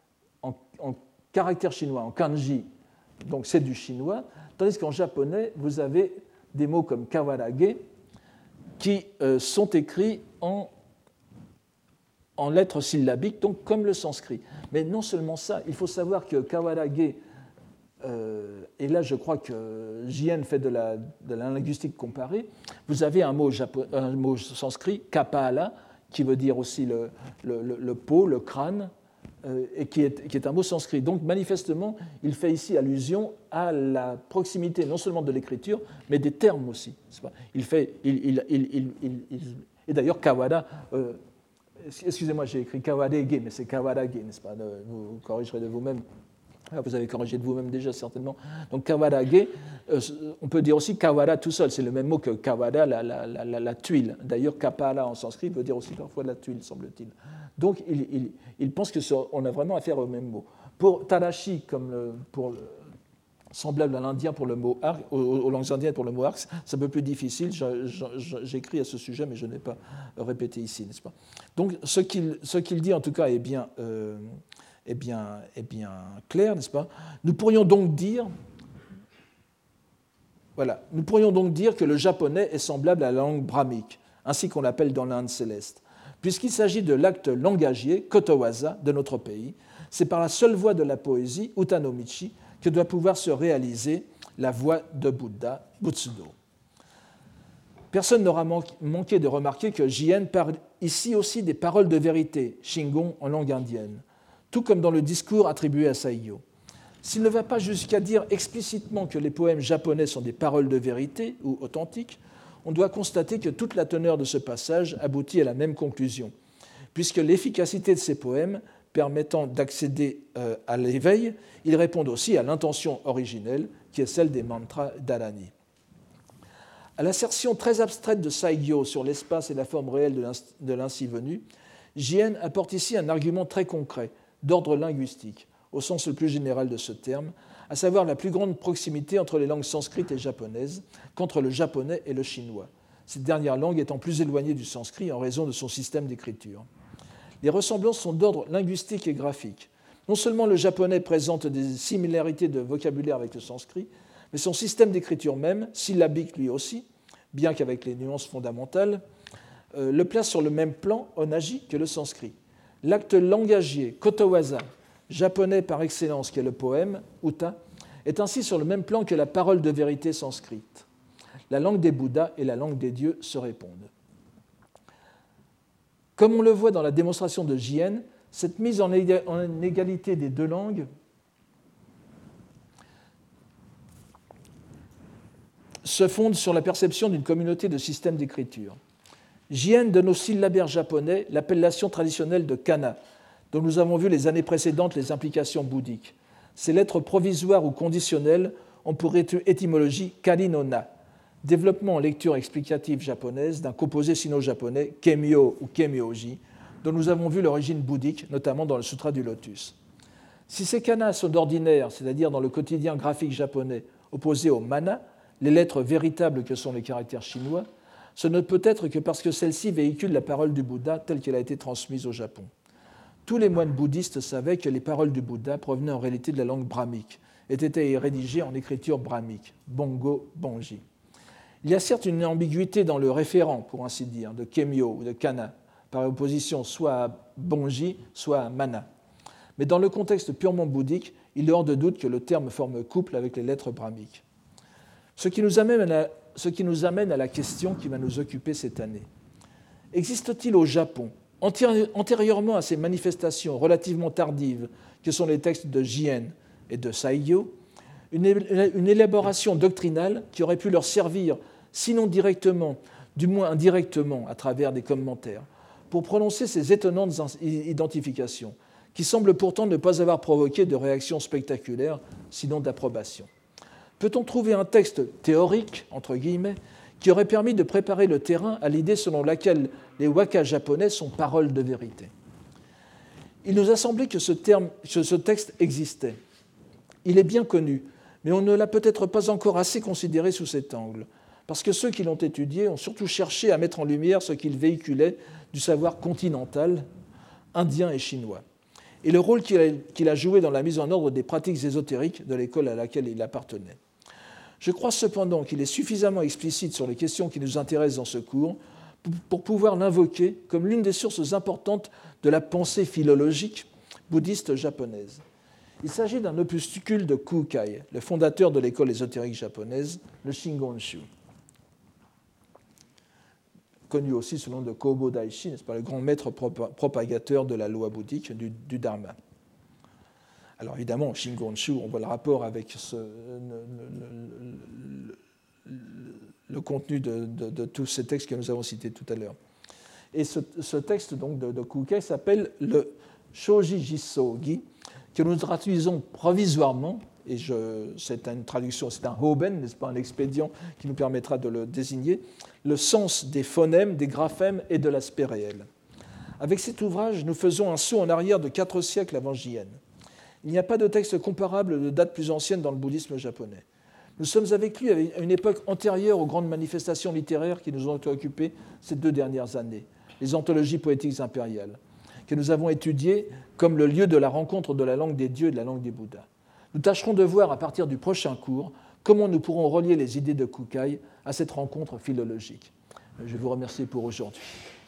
caractère chinois, en kanji, donc c'est du chinois, tandis qu'en japonais, vous avez des mots comme kawarage qui sont écrits en lettres syllabiques, donc comme le sanskrit. Mais non seulement ça, il faut savoir que kawarage, et là je crois que JN fait de la linguistique comparée, vous avez un mot sanskrit, kapala, qui veut dire aussi le pot, le crâne, et qui est un mot sanskrit. Donc manifestement, il fait ici allusion à la proximité non seulement de l'écriture, mais des termes aussi. Et d'ailleurs, kawada, excusez-moi, j'ai écrit kawarage, mais c'est kawarage, n'est-ce pas? Vous corrigerez de vous-même. Vous avez corrigé de vous-même déjà certainement. Donc kawarage, on peut dire aussi kawara tout seul, c'est le même mot que kawada, la tuile. D'ailleurs, kapala en sanskrit veut dire aussi parfois la tuile, semble-t-il. Donc il pense qu'on a vraiment affaire au même mot. Pour tarashi, semblable à l'indien pour le mot arc, aux langues indiennes pour le mot arc, c'est un peu plus difficile. J'écris à ce sujet, mais je n'ai pas répété ici, n'est-ce pas? Donc ce qu'il dit en tout cas est bien clair, n'est-ce pas? Nous pourrions donc dire que le japonais est semblable à la langue brahmique, ainsi qu'on l'appelle dans l'Inde céleste. Puisqu'il s'agit de l'acte langagier, kotowaza, de notre pays, c'est par la seule voie de la poésie, utanomichi, que doit pouvoir se réaliser la voie de Bouddha, Butsudo. Personne n'aura manqué de remarquer que JN parle ici aussi des paroles de vérité, shingon en langue indienne, tout comme dans le discours attribué à Saigyo. S'il ne va pas jusqu'à dire explicitement que les poèmes japonais sont des paroles de vérité ou authentiques, on doit constater que toute la teneur de ce passage aboutit à la même conclusion, puisque l'efficacité de ces poèmes permettant d'accéder à l'éveil, ils répondent aussi à l'intention originelle, qui est celle des mantras d'Arani. À l'assertion très abstraite de Saigyo sur l'espace et la forme réelle de l'ainsi venu, JN apporte ici un argument très concret, d'ordre linguistique, au sens le plus général de ce terme, à savoir la plus grande proximité entre les langues sanscrites et japonaises qu'entre le japonais et le chinois, cette dernière langue étant plus éloignée du sanskrit en raison de son système d'écriture. Les ressemblances sont d'ordre linguistique et graphique. Non seulement le japonais présente des similarités de vocabulaire avec le sanskrit, mais son système d'écriture même, syllabique lui aussi, bien qu'avec les nuances fondamentales, le place sur le même plan, onaji, que le sanskrit. L'acte langagier, kotowaza, japonais par excellence, qui est le poème, uta, est ainsi sur le même plan que la parole de vérité sanscrite. La langue des Bouddhas et la langue des dieux se répondent. Comme on le voit dans la démonstration de JN, cette mise en égalité des deux langues se fonde sur la perception d'une communauté de systèmes d'écriture. JN donne au syllabaire japonais l'appellation traditionnelle de kana, dont nous avons vu les années précédentes les implications bouddhiques. Ces lettres provisoires ou conditionnelles ont pour étymologie kari no na, développement en lecture explicative japonaise d'un composé sino-japonais kemyo ou kemyoji, dont nous avons vu l'origine bouddhique, notamment dans le Sutra du Lotus. Si ces kanas sont d'ordinaire, c'est-à-dire dans le quotidien graphique japonais, opposés aux mana, les lettres véritables que sont les caractères chinois, ce ne peut être que parce que celles-ci véhiculent la parole du Bouddha telle qu'elle a été transmise au Japon. Tous les moines bouddhistes savaient que les paroles du Bouddha provenaient en réalité de la langue brahmique et étaient rédigées en écriture brahmique, bongo, bonji. Il y a certes une ambiguïté dans le référent, pour ainsi dire, de Kemyo ou de Kana, par opposition soit à Bonji, soit à Mana. Mais dans le contexte purement bouddhique, il est hors de doute que le terme forme couple avec les lettres brahmiques. Ce qui nous amène à la question qui va nous occuper cette année. Existe-t-il au Japon, antérieurement à ces manifestations relativement tardives que sont les textes de Jien et de Saigyo, une élaboration doctrinale qui aurait pu leur servir, sinon directement, du moins indirectement, à travers des commentaires, pour prononcer ces étonnantes identifications, qui semblent pourtant ne pas avoir provoqué de réaction spectaculaire, sinon d'approbation. Peut-on trouver un texte théorique, entre guillemets, qui aurait permis de préparer le terrain à l'idée selon laquelle les waka japonais sont paroles de vérité? Il nous a semblé que ce texte existait. Il est bien connu, mais on ne l'a peut-être pas encore assez considéré sous cet angle, parce que ceux qui l'ont étudié ont surtout cherché à mettre en lumière ce qu'il véhiculait du savoir continental, indien et chinois, et le rôle qu'il a joué dans la mise en ordre des pratiques ésotériques de l'école à laquelle il appartenait. Je crois cependant qu'il est suffisamment explicite sur les questions qui nous intéressent dans ce cours pour pouvoir l'invoquer comme l'une des sources importantes de la pensée philologique bouddhiste japonaise. Il s'agit d'un opuscule de Kukai, le fondateur de l'école ésotérique japonaise, le Shingonshu, connu aussi sous le nom de Kobo Daishi, n'est-ce pas, le grand maître propagateur de la loi bouddhique, du Dharma. Alors évidemment, Shingonshu, on voit le rapport avec le contenu de tous ces textes que nous avons cités tout à l'heure. Et ce texte donc, de Kukai s'appelle le Shoji Jisogi, que nous traduisons provisoirement, et c'est une traduction, c'est un hoben, n'est-ce pas, un expédient qui nous permettra de le désigner, le sens des phonèmes, des graphèmes et de l'aspect réel. Avec cet ouvrage, nous faisons un saut en arrière de 4 siècles avant Jien. Il n'y a pas de texte comparable de date plus ancienne dans le bouddhisme japonais. Nous sommes avec lui à une époque antérieure aux grandes manifestations littéraires qui nous ont occupées ces 2 dernières années, les anthologies poétiques impériales, que nous avons étudiées comme le lieu de la rencontre de la langue des dieux et de la langue des Bouddhas. Nous tâcherons de voir à partir du prochain cours comment nous pourrons relier les idées de Kukai à cette rencontre philologique. Je vous remercie pour aujourd'hui.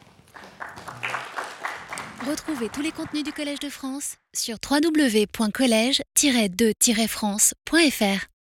Retrouvez tous les contenus du Collège de France sur www.collège-2-france.fr.